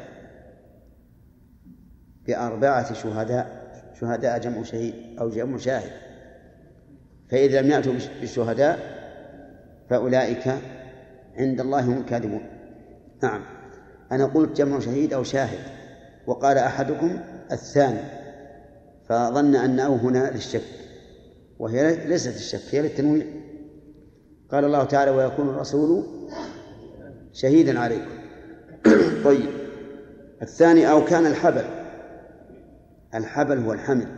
[SPEAKER 1] شهداء. شهداء جمع شهيد أو جمع شاهد، فإذا لم يأتوا بالشهداء فأولئك عند الله هم الكاذبون. نعم أنا قلت جمع شهيد أو شاهد، وقال أحدكم الثاني فظن أنه هنا للشك، وهي ليست الشك، هي للتنويع. قال الله تعالى ويكون الرسول شهيدا عليكم. طيب الثاني أو كان الحبل هو الحمل،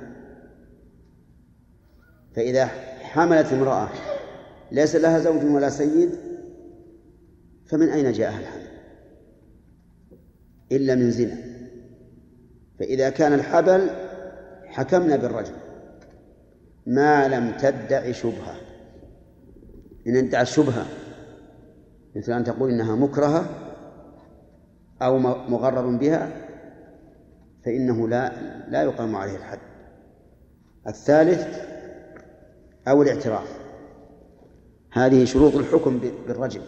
[SPEAKER 1] فإذا حملت امرأة ليس لها زوج ولا سيد فمن أين جاءها الحمل إلا من زنا؟ فإذا كان الحبل حكمنا بالرجم ما لم تدع شبهة. إن ادعى الشبهة مثل أن تقول إنها مكرهة أو مغرر بها فإنه لا يقام عليه الحد. الثالث أو الاعتراف. هذه شروط الحكم بالرجم.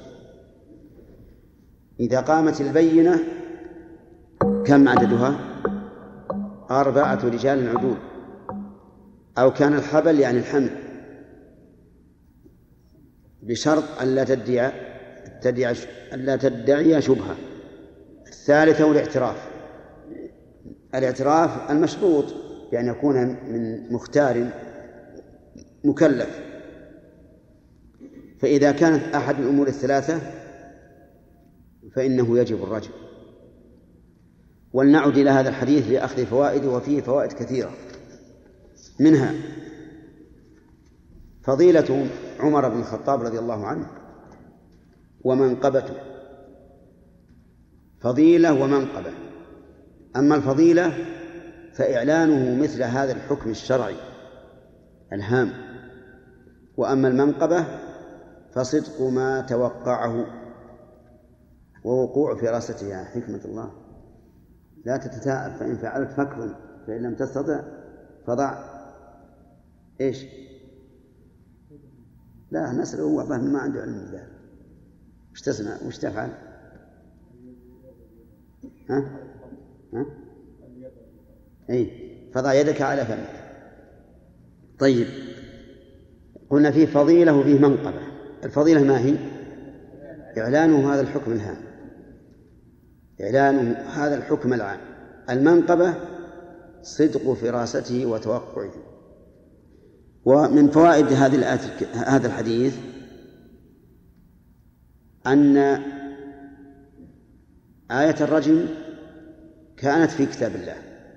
[SPEAKER 1] إذا قامت البينة كم عددها؟ 4 رجال عدول. أو كان الحبل يعني الحمل بشرط ألا تدعي شبهة. الثالث هو الاعتراف المشروط بأن يكون من مختار مكلف. فإذا كانت أحد الأمور الثلاثة فإنه يجب الرجم. ولنعد إلى هذا الحديث لأخذ فوائد، وفيه فوائد كثيرة، منها فضيلة عمر بن الخطاب رضي الله عنه ومنقبته. فضيلة ومنقبة. أما الفضيلة فإعلانه مثل هذا الحكم الشرعي الهام، وأما المنقبة فصدق ما توقعه ووقوع فراسته. حكمة الله لا تتثاءب، فإن فعلت فاكظم، فإن لم تستطع فضع إيش؟ لا نسأله والله ما عنده علم بالله. وش تصنع؟ وش تفعل؟ أي فضع يدك على فمك. طيب قلنا فيه فضيلة وفيه منقبة. الفضيلة ما هي؟ إعلانه هذا الحكم الهام، إعلانه هذا الحكم العام. المنقبة صدق فراسته وتوقعه. ومن فوائد هذا الحديث أن آية الرجم كانت في كتاب الله،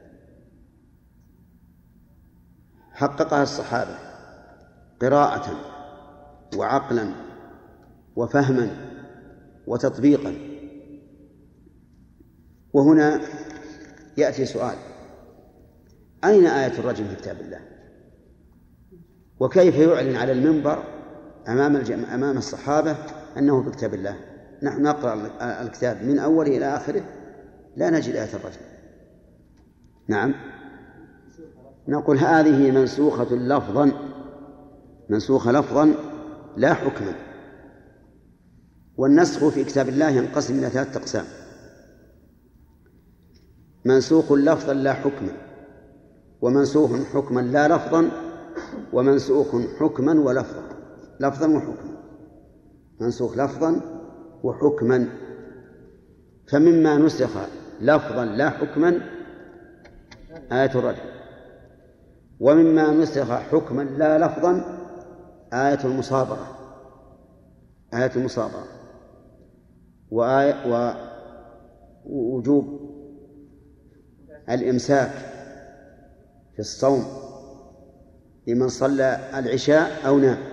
[SPEAKER 1] حققها الصحابة قراءة وعقلا وفهما وتطبيقا. وهنا يأتي سؤال: أين آية الرجم في كتاب الله؟ وكيف يعلن على المنبر أمام الصحابة أنه في كتاب الله؟ نحن نقرأ الكتاب من أوله إلى آخره لا نجد آية الرجم. نعم نقول هذه منسوخة لفظا لا حكما. والنسخ في كتاب الله ينقسم إلى 3 أقسام: منسوخ لفظا لا حكما، ومنسوخ حكما لا لفظا، ومنسوخ حكما ولفظا. لفظا وحكما، منسوخ لفظا وحكما. فمما نسخ لفظا لا حكما آية الرجم، ومما نسخ حكما لا لفظا آية المصابرة ووجوب الإمساك في الصوم لمن صلى العشاء أو نام،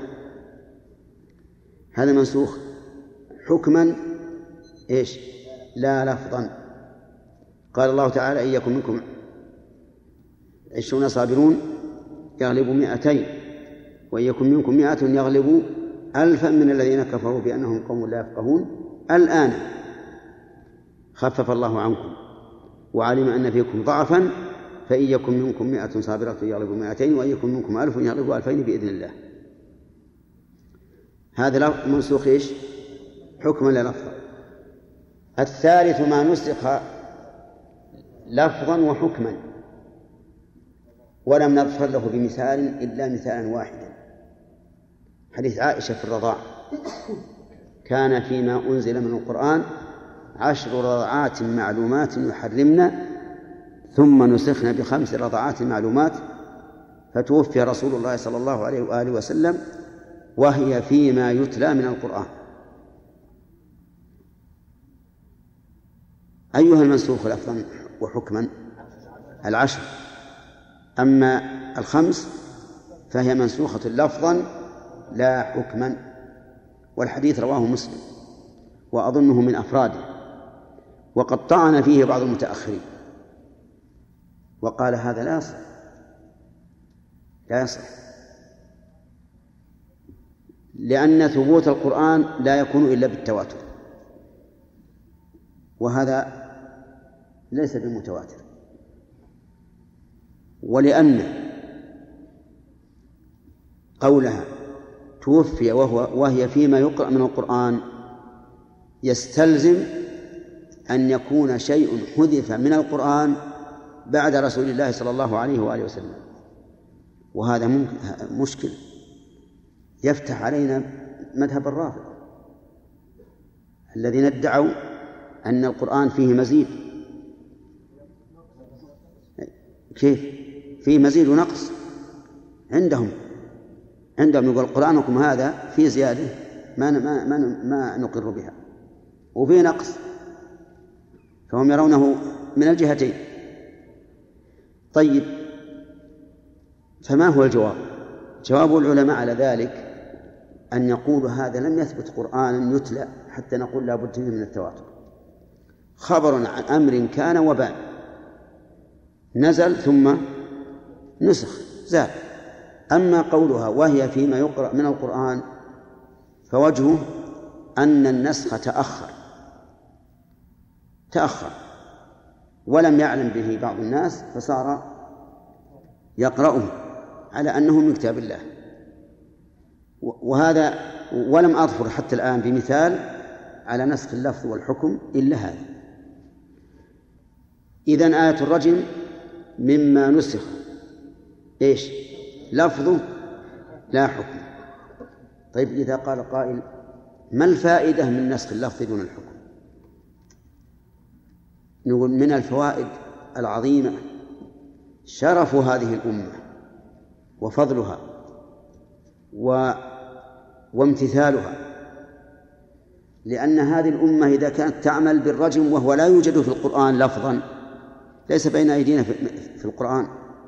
[SPEAKER 1] هذا منسوخ. حكما إيش؟ لا لفظا. قال الله تعالى: إن يكن منكم 20 صابرون يغلبوا 200، وإن يكن منكم 100 يغلبوا 1000 من الذين كفروا بأنهم قوم لا يفقهون. الآن خفف الله عنكم وعلم أن فيكم ضعفا، فإن يكن منكم 100 صابرة يغلبوا 200، وإن يكن منكم 1000 يغلبوا 2000 بإذن الله. هذا منسوخ إيش؟ حكما لا لفظا. الثالث ما نسخ لفظا وحكما ولم نظفر له بمثال إلا مثالا واحدا، حديث عائشة في الرضاع: كان فيما أنزل من القرآن 10 رضعات معلومات يحرمن ثم نسخن ب5 رضعات معلومات، فتوفي رسول الله صلى الله عليه وآله وسلم وهي فيما يتلى من القرآن. أيها المنسوخ لفظا وحكما؟ 10. أما 5 فهي منسوخة لفظا لا حكما. والحديث رواه مسلم وأظنه من أفراده، وقد طعن فيه بعض المتأخرين وقال هذا لا يصح، لأن ثبوت القرآن لا يكون إلا بالتواتر، وهذا ليس بمتواتر. ولأن قولها توفي وهي فيما يقرأ من القرآن يستلزم أن يكون شيء حذف من القرآن بعد رسول الله صلى الله عليه وآله وسلم، وهذا مشكل يفتح علينا مذهب الرافضة الذين ادعوا أن القرآن فيه مزيد. كيف فيه مزيد ونقص؟ عندهم يقول قرآنكم هذا فيه زيادة ما نقر بها، وفيه نقص، فهم يرونه من الجهتين. طيب، فما هو الجواب؟ جواب العلماء على ذلك أن يقولوا هذا لم يثبت قرآن يتلى حتى نقول لا بد من التواتر، خبر عن أمر كان وبان، نزل ثم نسخ زاد. أما قولها وهي فيما يقرأ من القرآن فوجهه أن النسخ تأخر ولم يعلم به بعض الناس فصار يقرأه على أنه من كتاب الله، وهذا ولم أظفر حتى الآن بمثال على نسخ اللفظ والحكم إلا هذا. إذن آية الرجم مما نسخ إيش؟ لفظه لا حكم. طيب، إذا قال قائل ما الفائدة من نسخ اللفظ دون الحكم؟ نقول من الفوائد العظيمة شرف هذه الأمة وفضلها وامتثالها، لأن هذه الأمة إذا كانت تعمل بالرجم وهو لا يوجد في القرآن لفظا، ليس بين أيدينا في القرآن،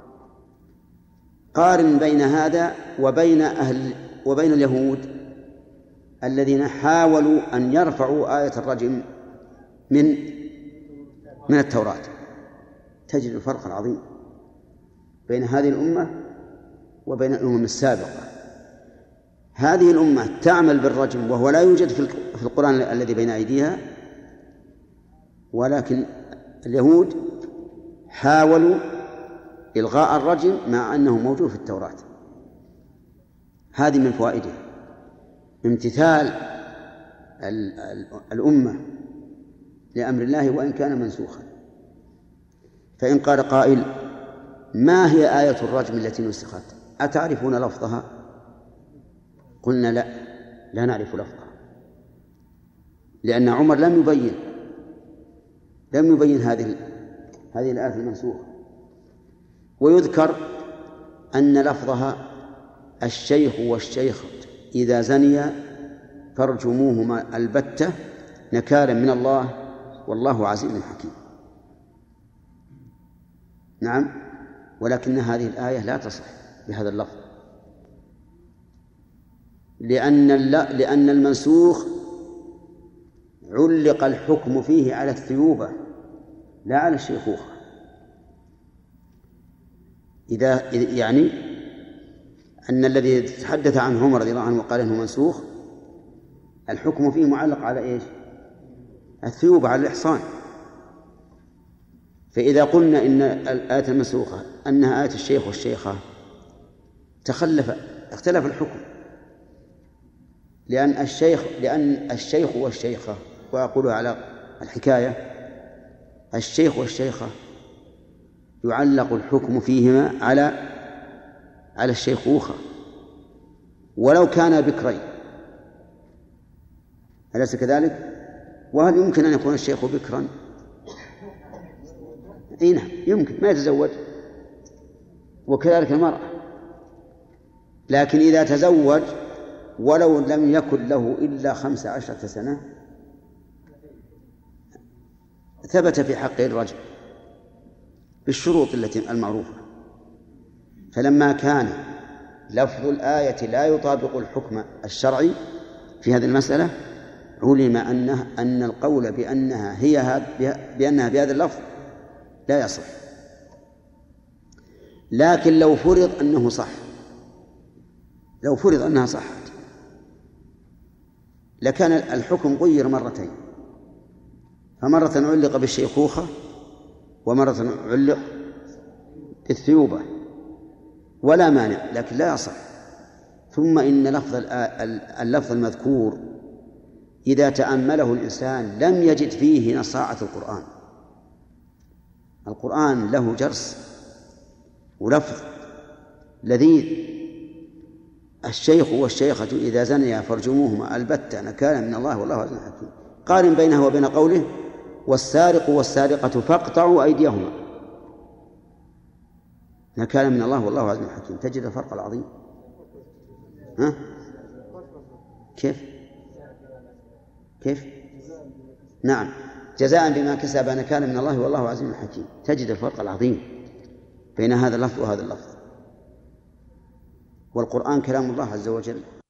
[SPEAKER 1] قارن بين هذا وبين اليهود الذين حاولوا أن يرفعوا آية الرجم من التوراة، تجد الفرق العظيم بين هذه الأمة وبين الأمم السابقة. هذه الأمة تعمل بالرجم وهو لا يوجد في القرآن الذي بين أيديها، ولكن اليهود حاولوا إلغاء الرجم مع أنه موجود في التوراة. هذه من فوائده امتثال الأمة لأمر الله وإن كان منسوخا. فإن قال قائل ما هي آية الرجم التي نسخت؟ أتعرفون لفظها؟ قلنا لا نعرف لفظها، لأن عمر لم يبين هذه الآية المنسوخة. ويذكر أن لفظها الشيخ والشيخة إذا زنيا فارجموهما البتة نكالا من الله والله عزيز حكيم. نعم، ولكن هذه الآية لا تصح بهذا اللفظ، لأن المنسوخ علق الحكم فيه على الثيوبة لا على الشيخوخة. إذا يعني أن الذي تحدث عنه عمر رضي الله عنه وقال إنه منسوخ الحكم فيه معلق على إيش؟ الثيوبة، على الإحصان. فإذا قلنا إن الآية المنسوخة أنها آية الشيخ والشيخة اختلف الحكم، لأن الشيخ والشيخة، وأقولها على الحكاية، الشيخ والشيخة يعلق الحكم فيهما على الشيخوخة ولو كان بكرين، أليس كذلك؟ وهل يمكن أن يكون الشيخ بكرا؟ نعم يمكن، ما يتزوج، وكذلك المرأة. لكن إذا تزوج ولو لم يكن له إلا 15 سنة ثبت في حقه الرجم بالشروط التي المعروفة. فلما كان لفظ الآية لا يطابق الحكم الشرعي في هذه المسألة علم أن القول بأنها بهذا اللفظ لا يصح. لكن لو فرض أنه صح، لو فرض أنها صحت لكان الحكم غير مرتين، فمرة علق بالشيخوخة ومرة علق بالثيوبة ولا مانع، لكن لا يصح. ثم إن اللفظ المذكور إذا تأمله الإنسان لم يجد فيه نصاعة القرآن. القرآن له جرس ولفظ لذيذ. الشيخ والشيخة إذا زنيا فارجموهما البتة نكالا من الله والله عزيز حكيم. قارن بينه وبين قوله والسارق والسارقة فاقطعوا أيديهما نكالا من الله والله عزيز حكيم. تجد الفرق العظيم. ها؟ كيف؟ نعم، جزاء بما كسب نكالا من الله والله عزيز حكيم. تجد الفرق العظيم بين هذا اللفظ وهذا اللفظ. والقرآن كلام الله عز وجل